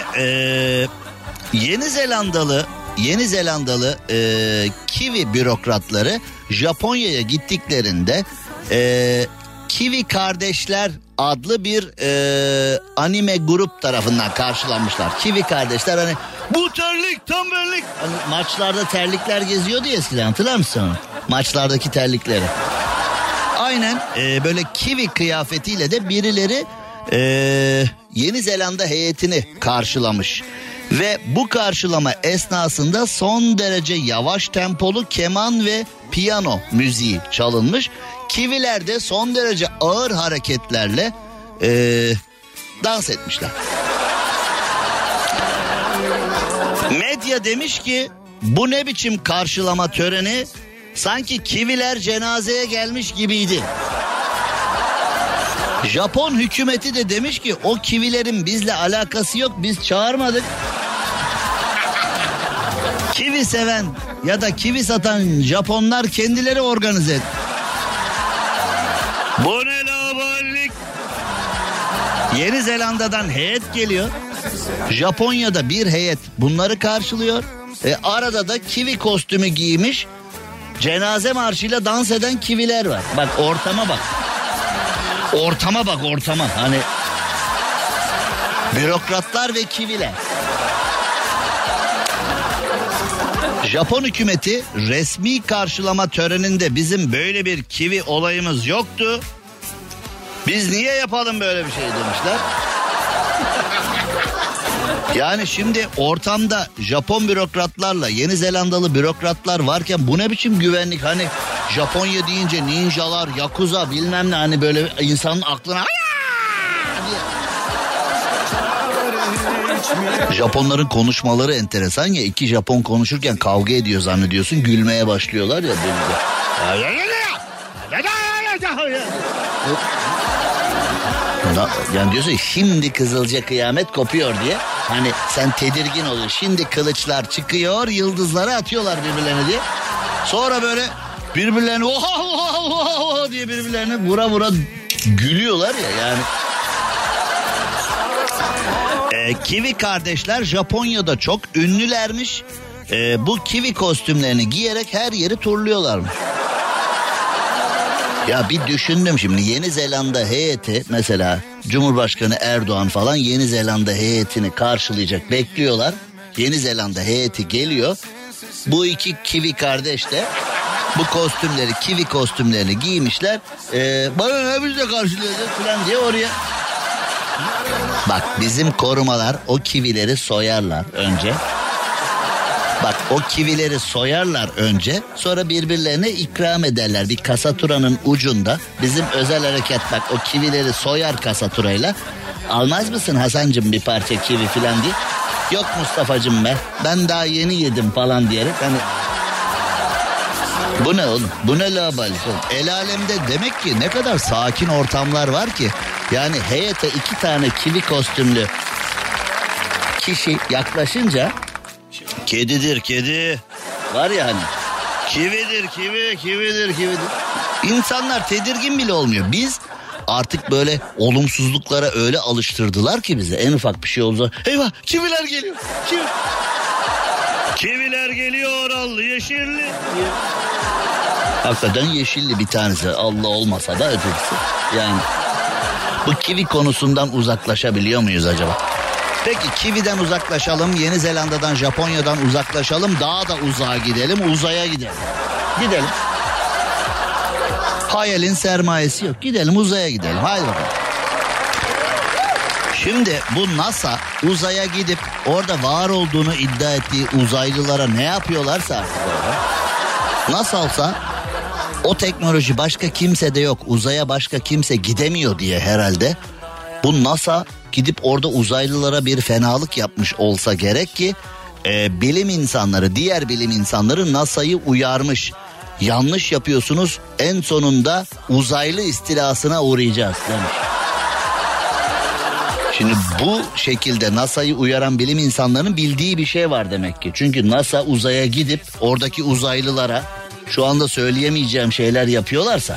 Yeni Zelandalı kivi bürokratları Japonya'ya gittiklerinde Kivi Kardeşler adlı bir anime grup tarafından karşılanmışlar. Kivi Kardeşler, hani Bu terlik tam benlik. Hani maçlarda terlikler geziyordu ya eskiden, hatırlar mısın onu? Maçlardaki terlikleri. Aynen böyle kiwi kıyafetiyle de birileri Yeni Zelanda heyetini karşılamış. Ve bu karşılama esnasında son derece yavaş tempolu keman ve piyano müziği çalınmış. Kiwiler de son derece ağır hareketlerle dans etmişler. Medya demiş ki bu ne biçim karşılama töreni, sanki kiwiler cenazeye gelmiş gibiydi. Japon hükümeti de demiş ki o kiwilerin bizle alakası yok, biz çağırmadık. Kiwi seven ya da kiwi satan Japonlar kendileri organize et. Bu ne laballik? Yeni Zelanda'dan heyet geliyor. Japonya'da bir heyet bunları karşılıyor. Arada da kiwi kostümü giymiş, cenaze marşıyla dans eden kiwiler var. Bak ortama bak. Ortama bak, ortama. Hani bürokratlar ve kiwiler. Japon hükümeti resmi karşılama töreninde bizim böyle bir kiwi olayımız yoktu, biz niye yapalım böyle bir şey demişler. Yani şimdi ortamda Japon bürokratlarla Yeni Zelandalı bürokratlar varken bu ne biçim güvenlik? Hani Japonya deyince ninjalar, yakuza bilmem ne, hani böyle insanın aklına Japonların konuşmaları enteresan ya, iki Japon konuşurken kavga ediyor zannediyorsun, gülmeye başlıyorlar ya. Yani diyorsun şimdi Kızılca kıyamet kopuyor diye. Hani sen tedirgin oluyor. Şimdi kılıçlar çıkıyor, yıldızları atıyorlar birbirlerine diye. Sonra böyle birbirlerini oha diye birbirlerine vura vura gülüyorlar ya yani. Kiwi kardeşler Japonya'da çok ünlülermiş. Bu kiwi kostümlerini giyerek her yeri turluyorlarmış. Ya bir düşündüm şimdi, Yeni Zelanda heyeti mesela Cumhurbaşkanı Erdoğan falan Yeni Zelanda heyetini karşılayacak, bekliyorlar. Yeni Zelanda heyeti geliyor. Bu iki kiwi kardeş de bu kostümleri, kiwi kostümlerini giymişler. Bana ne, biz de karşılayacağız falan diye oraya. Bak bizim korumalar o kiwileri soyarlar önce. Bak o kiwileri soyarlar önce, sonra birbirlerine ikram ederler. Bir kasaturanın ucunda bizim özel harekat bak o kiwileri soyar kasaturayla. Almaz mısın Hasancığım bir parça kiwi falan diye. Yok Mustafa'cığım ben daha yeni yedim falan diyerek hani. Bu ne oğlum? Bu ne labalis oğlum? El alemde demek ki ne kadar sakin ortamlar var ki. Yani heyete 2 tane kiwi kostümlü kişi yaklaşınca kedidir kedi var ya hani. Kividir kividir. İnsanlar tedirgin bile olmuyor. Biz artık böyle olumsuzluklara öyle alıştırdılar ki bize. En ufak bir şey olsa eyvah kiviler geliyor. Kiviler geliyor allı yeşilli. Hakikaten yeşilli bir tanesi, Allah olmasa da ötekisi. Yani bu kivi konusundan uzaklaşabiliyor muyuz acaba? Peki kiwiden uzaklaşalım, Yeni Zelanda'dan, Japonya'dan uzaklaşalım, daha da uzağa gidelim, uzaya gidelim. Gidelim. Hayalin sermayesi yok, gidelim uzaya gidelim, haydi bakalım. Şimdi bu NASA uzaya gidip orada var olduğunu iddia ettiği uzaylılara ne yapıyorlarsa artık orada. Nasılsa o teknoloji başka kimsede yok, uzaya başka kimse gidemiyor diye herhalde. Bu NASA gidip orada uzaylılara bir fenalık yapmış olsa gerek ki bilim insanları, diğer bilim insanları NASA'yı uyarmış. Yanlış yapıyorsunuz, en sonunda uzaylı istilasına uğrayacağız demiş. Şimdi bu şekilde NASA'yı uyaran bilim insanlarının bildiği bir şey var demek ki. Çünkü NASA uzaya gidip oradaki uzaylılara şu anda söyleyemeyeceğim şeyler yapıyorlarsa,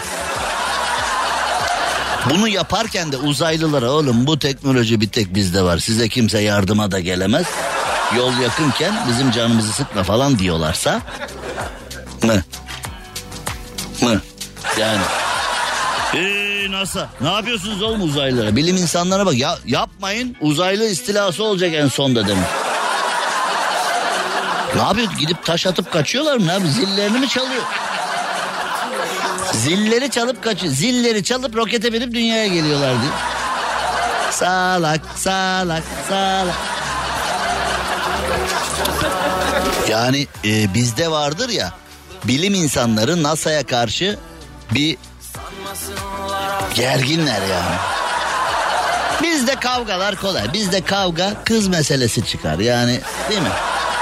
bunu yaparken de uzaylılara oğlum bu teknoloji bir tek bizde var, size kimse yardıma da gelemez, yol yakınken bizim canımızı sıkma falan diyorlarsa mı? Yani NASA ne yapıyorsunuz oğlum uzaylılara? Bilim insanlara bak ya, yapmayın, uzaylı istilası olacak en sonda demiş. Ne yapıyor? Gidip taş atıp kaçıyorlar mı? Ne yapıyor? Zillerini mi çalıyor? Zilleri çalıp kaçıyor. Zilleri çalıp rokete binip dünyaya geliyorlar diye. Salak, salak, salak. Yani bizde vardır ya, bilim insanları NASA'ya karşı bir gerginler yani. Bizde kavgalar kolay. Bizde kavga kız meselesi çıkar yani, değil mi?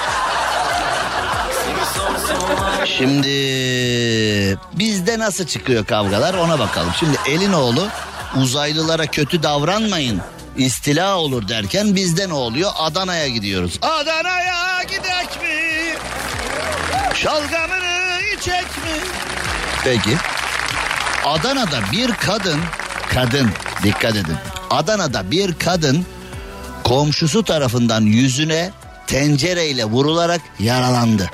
Şimdi bizde nasıl çıkıyor kavgalar, ona bakalım. Şimdi Elinoğlu uzaylılara kötü davranmayın, istila olur derken bizde ne oluyor? Adana'ya gidiyoruz. Adana'ya gidek mi? Şalgamını içek mi? Peki. Adana'da bir kadın dikkat edin. Adana'da bir kadın komşusu tarafından yüzüne tencereyle vurularak yaralandı.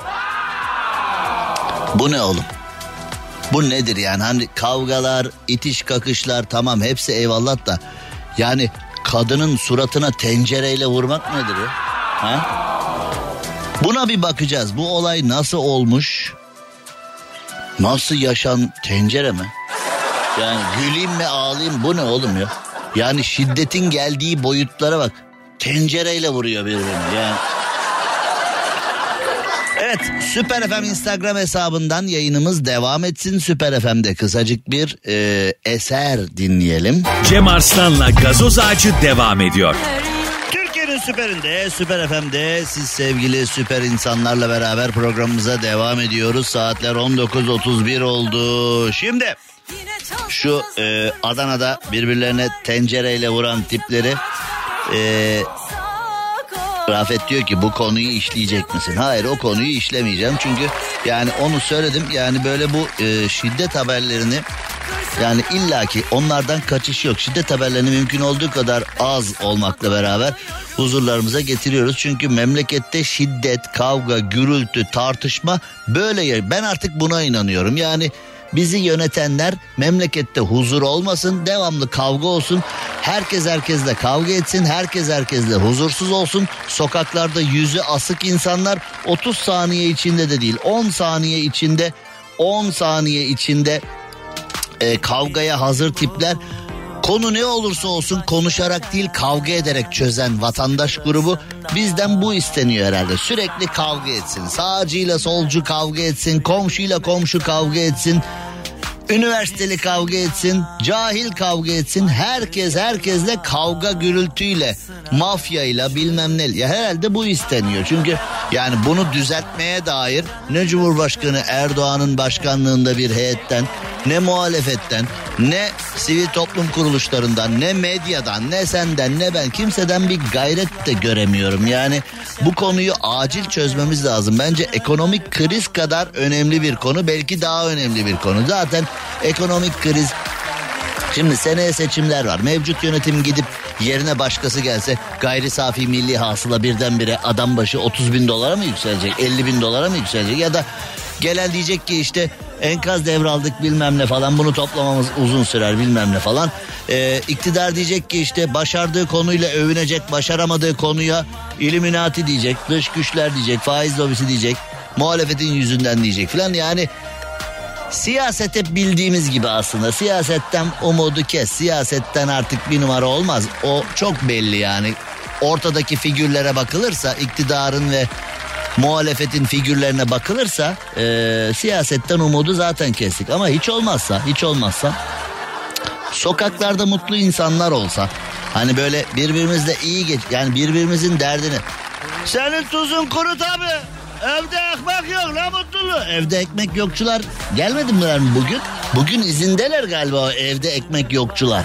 Bu ne oğlum? Bu nedir yani? Hani kavgalar, itiş kakışlar tamam, hepsi eyvallah da yani kadının suratına tencereyle vurmak nedir ya? Ha? Buna bir bakacağız. Bu olay nasıl olmuş? Nasıl tencere mi? Yani güleyim mi ağlayayım, bu ne oğlum ya? Yani şiddetin geldiği boyutlara bak. Tencereyle vuruyor birbirini yani. Evet, Süper FM Instagram hesabından yayınımız devam etsin. Süper FM'de kısacık bir eser dinleyelim. Cem Arslan'la Gazoz Ağacı devam ediyor. Türkiye'nin süperinde, Süper FM'de siz sevgili süper insanlarla beraber programımıza devam ediyoruz. Saatler 19.31 oldu. Şimdi şu Adana'da birbirlerine tencereyle vuran tipleri... Rafet diyor ki bu konuyu işleyecek misin? Hayır, o konuyu işlemeyeceğim. Çünkü yani onu söyledim. Yani böyle bu şiddet haberlerini, yani illaki onlardan kaçış yok. Şiddet haberlerini mümkün olduğu kadar az olmakla beraber huzurlarımıza getiriyoruz. Çünkü memlekette şiddet, kavga, gürültü, tartışma böyle. Ben artık buna inanıyorum. Yani bizi yönetenler memlekette huzur olmasın, devamlı kavga olsun. Herkes herkesle kavga etsin, herkes herkesle huzursuz olsun. Sokaklarda yüzü asık insanlar 30 saniye içinde de değil, 10 saniye içinde kavgaya hazır tipler. Konu ne olursa olsun konuşarak değil, kavga ederek çözen vatandaş grubu, bizden bu isteniyor herhalde. Sürekli kavga etsin, sağcıyla solcu kavga etsin, komşuyla komşu kavga etsin, üniversiteli kavga etsin, cahil kavga etsin. Herkes herkesle kavga, gürültüyle, mafyayla, bilmem ne. Ya herhalde bu isteniyor. Çünkü yani bunu düzeltmeye dair ne Cumhurbaşkanı Erdoğan'ın başkanlığında bir heyetten, ne muhalefetten, ne sivil toplum kuruluşlarından, ne medyadan, ne senden, ne ben, kimseden bir gayret de göremiyorum. Yani bu konuyu acil çözmemiz lazım. Bence ekonomik kriz kadar önemli bir konu, belki daha önemli bir konu. Zaten ekonomik kriz, şimdi seneye seçimler var. Mevcut yönetim gidip yerine başkası gelse gayri safi milli hasıla birdenbire adam başı 30 bin dolara mı yükselecek, 50 bin dolara mı yükselecek? Ya da gelen diyecek ki işte enkaz devraldık bilmem ne falan, bunu toplamamız uzun sürer bilmem ne falan. İktidar diyecek ki işte başardığı konuyla övünecek, başaramadığı konuya İlluminati diyecek, dış güçler diyecek, faiz lobisi diyecek, muhalefetin yüzünden diyecek falan. Yani siyaset hep bildiğimiz gibi aslında. Siyasetten umudu kes. Siyasetten artık bir numara olmaz. O çok belli yani. Ortadaki figürlere bakılırsa, iktidarın ve muhalefetin figürlerine bakılırsa siyasetten umudu zaten kestik. Ama hiç olmazsa sokaklarda mutlu insanlar olsa, hani böyle birbirimizle iyi yani birbirimizin derdini, senin tuzun kuru tabi, evde ekmek yok, ne mutluluğu. Evde ekmek yokçular gelmedi mi bugün? Bugün izindeler galiba o evde ekmek yokçular.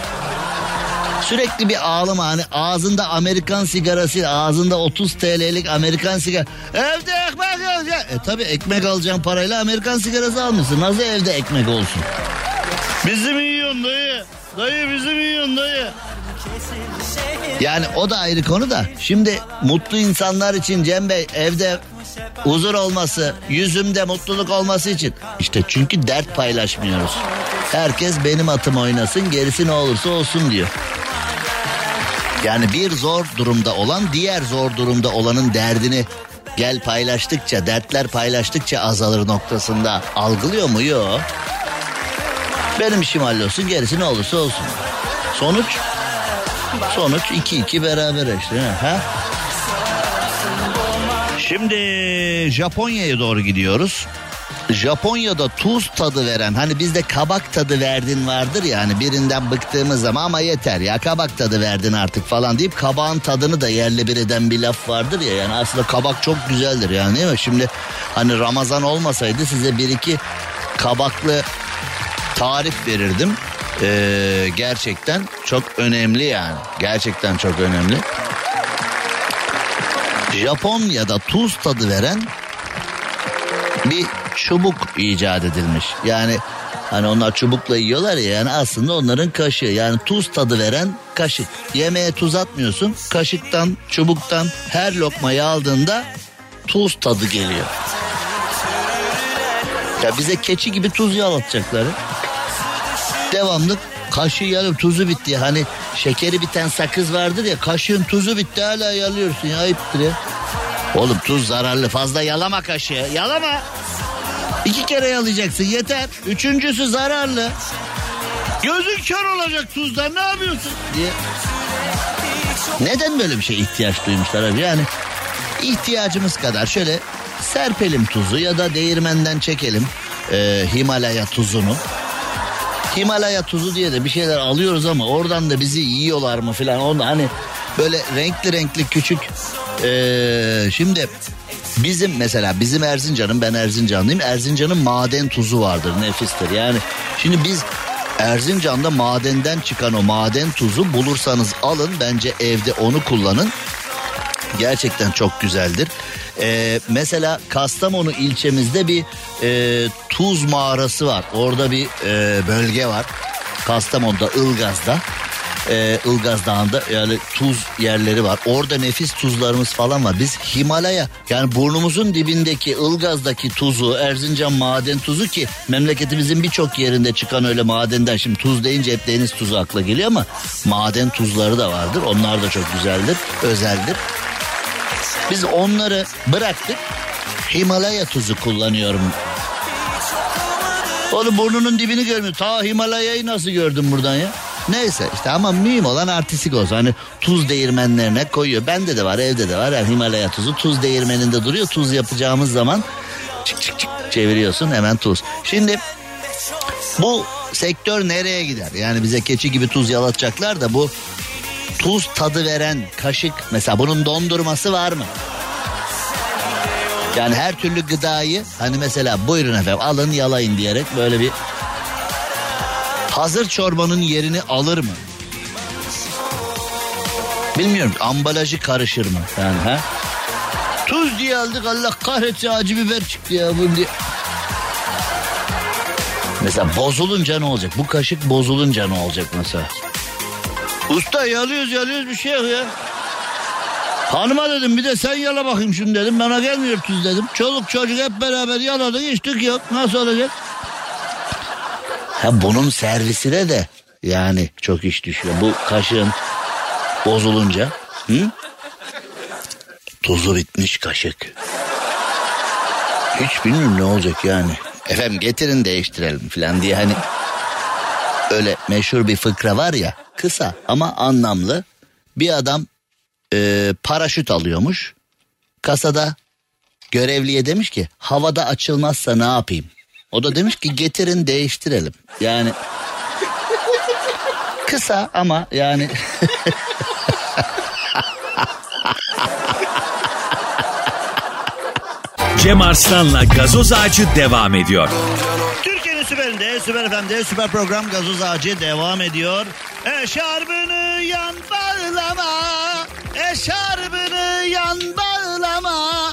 Sürekli bir ağlama, hani ağzında Amerikan sigarası, ağzında 30 TL'lik Amerikan sigara. Evde ekmek yok ya. Tabii ekmek alacağın parayla Amerikan sigarası almışsın. Nasıl evde ekmek olsun? Bizim yiyorsun dayı. Dayı bizim yiyorsun dayı. Yani o da ayrı konu da. Şimdi mutlu insanlar için Cem Bey, evde huzur olması, yüzümde mutluluk olması için. İşte çünkü dert paylaşmıyoruz. Herkes benim atım oynasın, gerisi ne olursa olsun diyor. Yani bir zor durumda olan diğer zor durumda olanın derdini gel paylaştıkça, dertler paylaştıkça azalır noktasında algılıyor mu? Yok. Benim işim hallolsun, gerisi ne olursa olsun. Sonuç 2-2 beraber işte. Ha? Şimdi Japonya'ya doğru gidiyoruz. Japonya'da tuz tadı veren, hani bizde kabak tadı verdin vardır ya, hani birinden bıktığımız zaman ama yeter ya kabak tadı verdin artık falan deyip kabağın tadını da yerle bir eden bir laf vardır ya. Yani aslında kabak çok güzeldir yani, değil mi? Şimdi hani Ramazan olmasaydı size bir iki kabaklı tarif verirdim. Gerçekten çok önemli yani. Gerçekten çok önemli. Japonya'da tuz tadı veren bir çubuk icat edilmiş. Yani hani onlar çubukla yiyorlar ya, yani aslında onların kaşığı. Yani tuz tadı veren kaşık. Yemeğe tuz atmıyorsun. Kaşıktan, çubuktan her lokmayı aldığında tuz tadı geliyor. Ya bize keçi gibi tuz yalatacaklar. Devamlı kaşığı yalıp tuzu bitti. Hani şekeri biten sakız vardır ya, kaşığın tuzu bitti hala yalıyorsun ya, ayıptır ya. Oğlum tuz zararlı, fazla yalama kaşığı, yalama. 2 kere yalayacaksın yeter. 3.'sü zararlı. Gözün kör olacak tuzdan, ne yapıyorsun diye. Neden böyle bir şey ihtiyaç duymuşlar abi? Yani ihtiyacımız kadar şöyle serpelim tuzu ya da değirmenden çekelim Himalaya tuzunu. Himalaya tuzu diye de bir şeyler alıyoruz ama oradan da bizi yiyorlar mı filan. Onda hani böyle renkli küçük. Şimdi bizim Erzincan'ın, ben Erzincanlıyım. Erzincan'ın maden tuzu vardır, nefistir. Yani şimdi biz Erzincan'da madenden çıkan o maden tuzu bulursanız alın, bence evde onu kullanın. Gerçekten çok güzeldir. Mesela Kastamonu ilçemizde bir tuz mağarası var. Orada bir bölge var. Kastamonu'da, Ilgaz'da. Ilgaz Dağı'nda yani tuz yerleri var. Orada nefis tuzlarımız falan var. Biz Himalaya, yani burnumuzun dibindeki Ilgaz'daki tuzu, Erzincan maden tuzu, ki memleketimizin birçok yerinde çıkan öyle madenden, şimdi tuz deyince hep deniz tuzu akla geliyor ama maden tuzları da vardır. Onlar da çok güzeldir, özeldir. Biz onları bıraktık, Himalaya tuzu kullanıyorum. Oğlum burnunun dibini görmüyor. Ta Himalaya'yı nasıl gördün buradan ya? Neyse işte, ama mühim olan artistik olsun. Hani tuz değirmenlerine koyuyor. Bende de var, evde de var. Yani Himalaya tuzu tuz değirmeninde duruyor. Tuz yapacağımız zaman çık çeviriyorsun, hemen tuz. Şimdi bu sektör nereye gider? Yani bize keçi gibi tuz yalatacaklar da bu tuz tadı veren kaşık, mesela bunun dondurması var mı? Yani her türlü gıdayı hani mesela buyurun efendim alın yalayın diyerek böyle bir hazır çorbanın yerini alır mı? Bilmiyorum, ambalajı karışır mı? Yani ha? Tuz diye aldık, Allah kahretsin acı biber çıktı ya bu diye. Mesela bozulunca ne olacak? Bu kaşık bozulunca ne olacak mesela? Usta yalıyoruz bir şey yok ya. Hanıma dedim bir de sen yala bakayım şunu dedim. Bana gelmiyor tuz dedim. Çoluk çocuk hep beraber yaladık, içtik, yok. Nasıl olacak? Ha, bunun servisine de yani çok iş düşüyor. Bu kaşığın bozulunca. Hı? Tuzu bitmiş kaşık. Hiç bilmiyorum ne olacak yani. Efendim getirin değiştirelim falan diye, hani öyle meşhur bir fıkra var ya, kısa ama anlamlı. Bir adam paraşüt alıyormuş. Kasada görevliye demiş ki havada açılmazsa ne yapayım? O da demiş ki getirin değiştirelim. Yani kısa ama yani Cem Arslan'la Gazoz Ağacı devam ediyor. Türkiye'nin süperinde, Süper FM'de süper program Gazoz Ağacı devam ediyor. Eşarbını yan bağlama, eşarbını yan bağlama.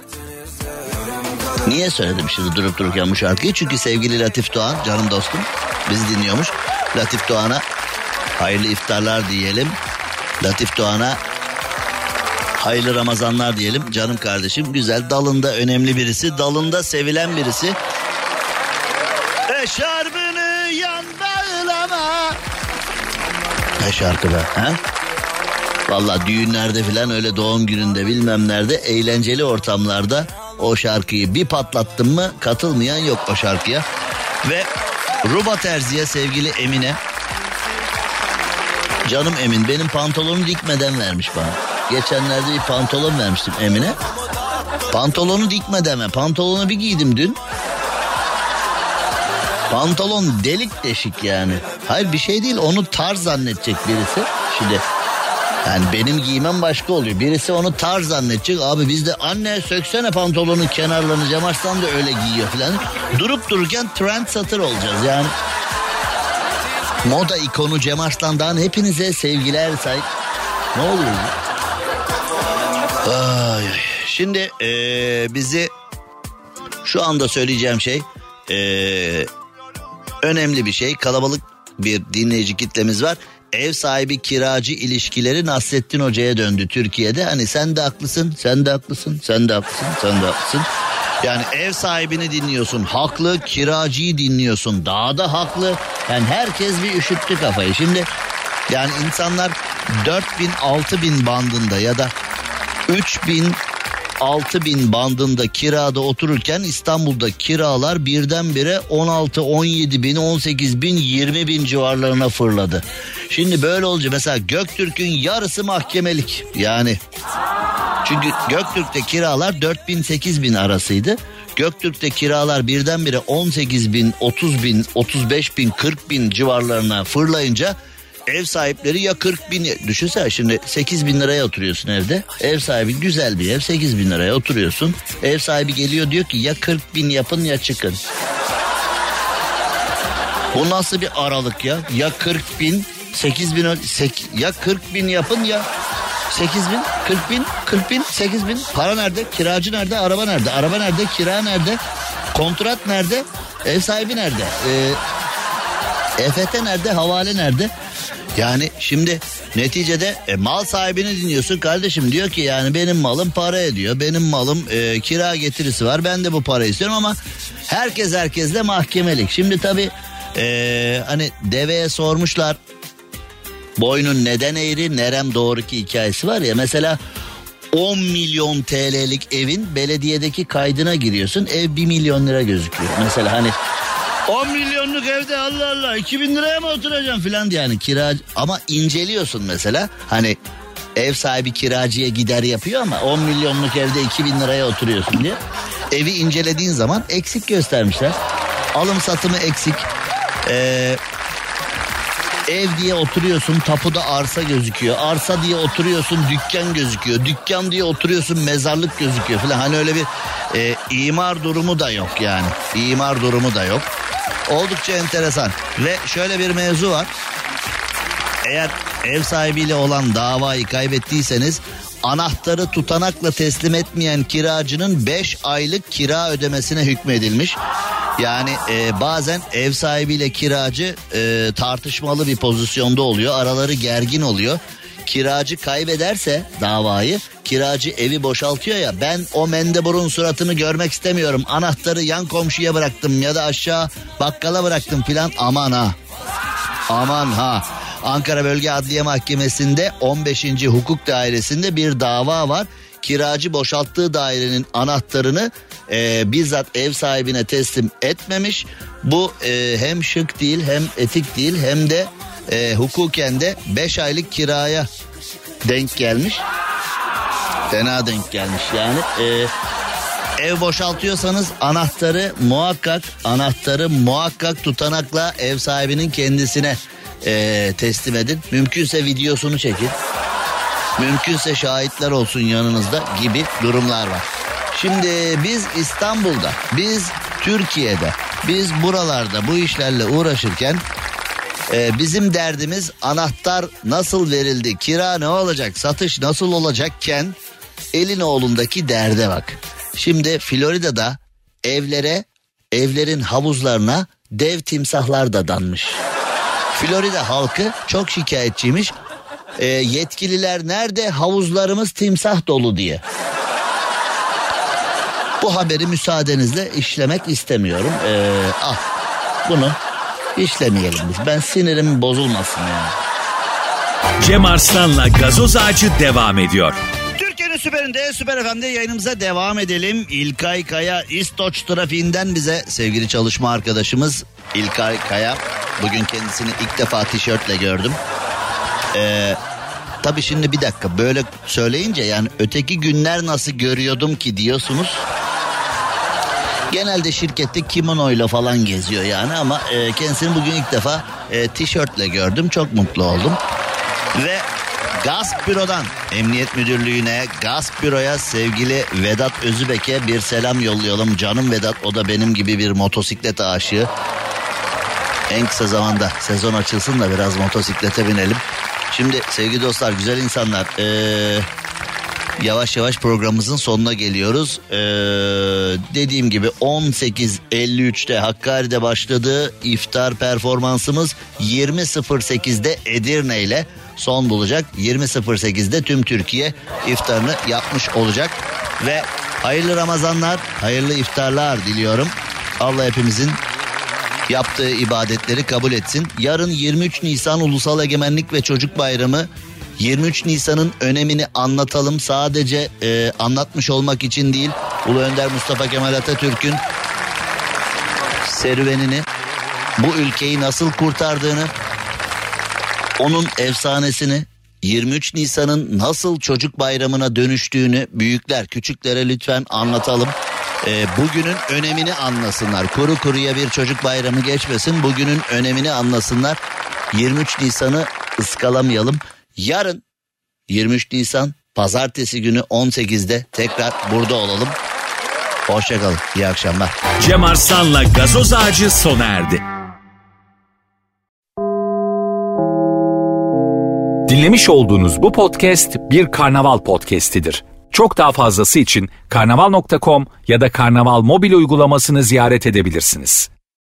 Niye söyledim şimdi durup dururken bu şarkıyı? Çünkü sevgili Latif Doğan, canım dostum, bizi dinliyormuş. Latif Doğan'a hayırlı iftarlar diyelim. Latif Doğan'a hayırlı Ramazanlar diyelim. Canım kardeşim, güzel, dalında önemli birisi, dalında sevilen birisi. Eşarbını yan bağlama. Ne şarkı be? Ha? Vallahi düğünlerde falan, öyle doğum gününde bilmem nerede, eğlenceli ortamlarda o şarkıyı bir patlattım mı katılmayan yok o şarkıya. Ve Ruba Terzi'ye, sevgili Emine, canım Emin, benim pantolonu dikmeden vermiş bana. Geçenlerde bir pantolon vermiştim Emine. Pantolonu dikme deme. Pantolonu bir giydim dün. Pantolon delik deşik yani. Hayır, bir şey değil, onu tarz zannedecek birisi. Şimdi yani benim giymem başka oluyor. Birisi onu tarz zannedecek. Abi biz de anne söksene pantolonun kenarlarını, Cem Arslan da öyle giyiyor falan. Durup dururken trend satır olacağız yani. Moda ikonu Cem Arslan'dan hepinize sevgiler say. Ne oluyor? Ay. Şimdi bizi şu anda söyleyeceğim şey önemli bir şey. Kalabalık bir dinleyici kitlemiz var. Ev sahibi kiracı ilişkileri Nasrettin Hoca'ya döndü Türkiye'de. Hani sen de haklısın, sen de haklısın, sen de haklısın, sen de haklısın. Yani ev sahibini dinliyorsun, haklı, kiracıyı dinliyorsun, daha da haklı. Yani herkes bir üşüttü kafayı. Şimdi yani insanlar 4.000 6.000 bandında ya da 3.000 6.000 bandında kirada otururken İstanbul'da kiralar birdenbire 16, 17 bin, 18 bin, 20 bin civarlarına fırladı. Şimdi böyle olunca mesela Göktürk'ün yarısı mahkemelik yani. Çünkü Göktürk'te kiralar 4 bin 8 bin arasıydı. Göktürk'te kiralar birdenbire 18 bin, 30 bin, 35 bin, 40 bin civarlarına fırlayınca ev sahipleri ya 40 bin, düşünsene şimdi 8 bin liraya oturuyorsun evde. Ev sahibi, güzel bir ev, 8 bin liraya oturuyorsun. Ev sahibi geliyor diyor ki ya 40 bin yapın ya çıkın. Bu nasıl bir aralık ya? Ya 40 bin, 8 bin, ya 40 bin yapın ya 8 bin, 40 bin, 40 bin, 8 bin. Para nerede? Kiracı nerede? Araba nerede? Araba nerede? Kira nerede? Kontrat nerede? Ev sahibi nerede? EFT nerede? Havale nerede? Yani şimdi neticede mal sahibini dinliyorsun kardeşim, diyor ki yani benim malım para ediyor, benim malım kira getirisi var, ben de bu parayı istiyorum ama herkes herkesle mahkemelik. Şimdi tabii hani deveye sormuşlar boynun neden eğri nerem doğru ki hikayesi var ya. Mesela 10 milyon TL'lik evin belediyedeki kaydına giriyorsun, ev 1 milyon lira gözüküyor. Mesela hani 10 milyonluk evde Allah Allah 2.000 liraya mı oturacaksın filan diye yani kiracı. Ama inceliyorsun mesela, hani ev sahibi kiracıya gider yapıyor ama 10 milyonluk evde 2.000 liraya oturuyorsun diye. Evi incelediğin zaman eksik göstermişler. Alım satımı eksik. Ev diye oturuyorsun, tapuda arsa gözüküyor. Arsa diye oturuyorsun, dükkan gözüküyor. Dükkan diye oturuyorsun, mezarlık gözüküyor falan. Hani öyle bir imar durumu da yok yani. İmar durumu da yok. Oldukça enteresan. Ve şöyle bir mevzu var. Eğer ev sahibiyle olan davayı kaybettiyseniz anahtarı tutanakla teslim etmeyen kiracının 5 aylık kira ödemesine hükmedilmiş. Yani bazen ev sahibiyle kiracı tartışmalı bir pozisyonda oluyor. Araları gergin oluyor. Kiracı kaybederse davayı, kiracı evi boşaltıyor ya, ben o mendeburun suratını görmek istemiyorum, anahtarı yan komşuya bıraktım ya da aşağı bakkala bıraktım filan, aman ha. Aman ha. Ankara Bölge Adliye Mahkemesi'nde 15. Hukuk Dairesi'nde bir dava var. Kiracı boşalttığı dairenin anahtarını bizzat ev sahibine teslim etmemiş. Bu hem şık değil, hem etik değil, hem de hukuken de 5 aylık kiraya denk gelmiş. Fena denk gelmiş yani. Ev boşaltıyorsanız anahtarı muhakkak tutanakla ev sahibinin kendisine teslim edin. Mümkünse videosunu çekin. Mümkünse şahitler olsun yanınızda gibi durumlar var. Şimdi biz İstanbul'da, biz Türkiye'de, biz buralarda bu işlerle uğraşırken bizim derdimiz anahtar nasıl verildi, kira ne olacak, satış nasıl olacakken Elinoğlu'ndaki derde bak. Şimdi Florida'da evlerin havuzlarına dev timsahlar dadanmış. Florida halkı çok şikayetçiymiş. Yetkililer nerede, havuzlarımız timsah dolu diye. Bu haberi müsaadenizle işlemek istemiyorum. Bunu işlemeyelim biz. Ben sinirim bozulmasın yani. Cem Arslan'la Gazoz Ağacı devam ediyor. Türkiye'nin süperinde, Süper FM'de yayınımıza devam edelim. İlkay Kaya İstoç trafiğinden bize sevgili çalışma arkadaşımız İlkay Kaya. Bugün kendisini ilk defa tişörtle gördüm. Tabii şimdi bir dakika, böyle söyleyince yani öteki günler nasıl görüyordum ki diyorsunuz. Genelde şirkette kimonoyla falan geziyor yani, ama kendisini bugün ilk defa tişörtle gördüm. Çok mutlu oldum. Ve Gasp Büro'dan, Emniyet Müdürlüğü'ne, Gasp Büro'ya sevgili Vedat Özübek'e bir selam yollayalım. Canım Vedat, o da benim gibi bir motosiklet aşığı. En kısa zamanda sezon açılsın da biraz motosiklete binelim. Şimdi sevgili dostlar, güzel insanlar, yavaş yavaş programımızın sonuna geliyoruz. Dediğim gibi 18.53'te Hakkari'de başladı. İftar performansımız 20.08'de Edirne ile son bulacak. 20.08'de tüm Türkiye iftarını yapmış olacak. Ve hayırlı Ramazanlar, hayırlı iftarlar diliyorum. Allah hepimizin yaptığı ibadetleri kabul etsin. Yarın 23 Nisan Ulusal Egemenlik ve Çocuk Bayramı. 23 Nisan'ın önemini anlatalım. Sadece anlatmış olmak için değil, Ulu Önder Mustafa Kemal Atatürk'ün serüvenini, bu ülkeyi nasıl kurtardığını, onun efsanesini, 23 Nisan'ın nasıl çocuk bayramına dönüştüğünü büyükler küçüklere lütfen anlatalım. Bugünün önemini anlasınlar. Kuru kuruya bir çocuk bayramı geçmesin. Bugünün önemini anlasınlar. 23 Nisan'ı ıskalamayalım. Yarın 23 Nisan Pazartesi günü 18'de tekrar burada olalım. Hoşçakalın. İyi akşamlar. Cem Arslan'la Gazoz Ağacı sona erdi. Dinlemiş olduğunuz bu podcast bir Karnaval podcastidir. Çok daha fazlası için karnaval.com ya da Karnaval mobil uygulamasını ziyaret edebilirsiniz.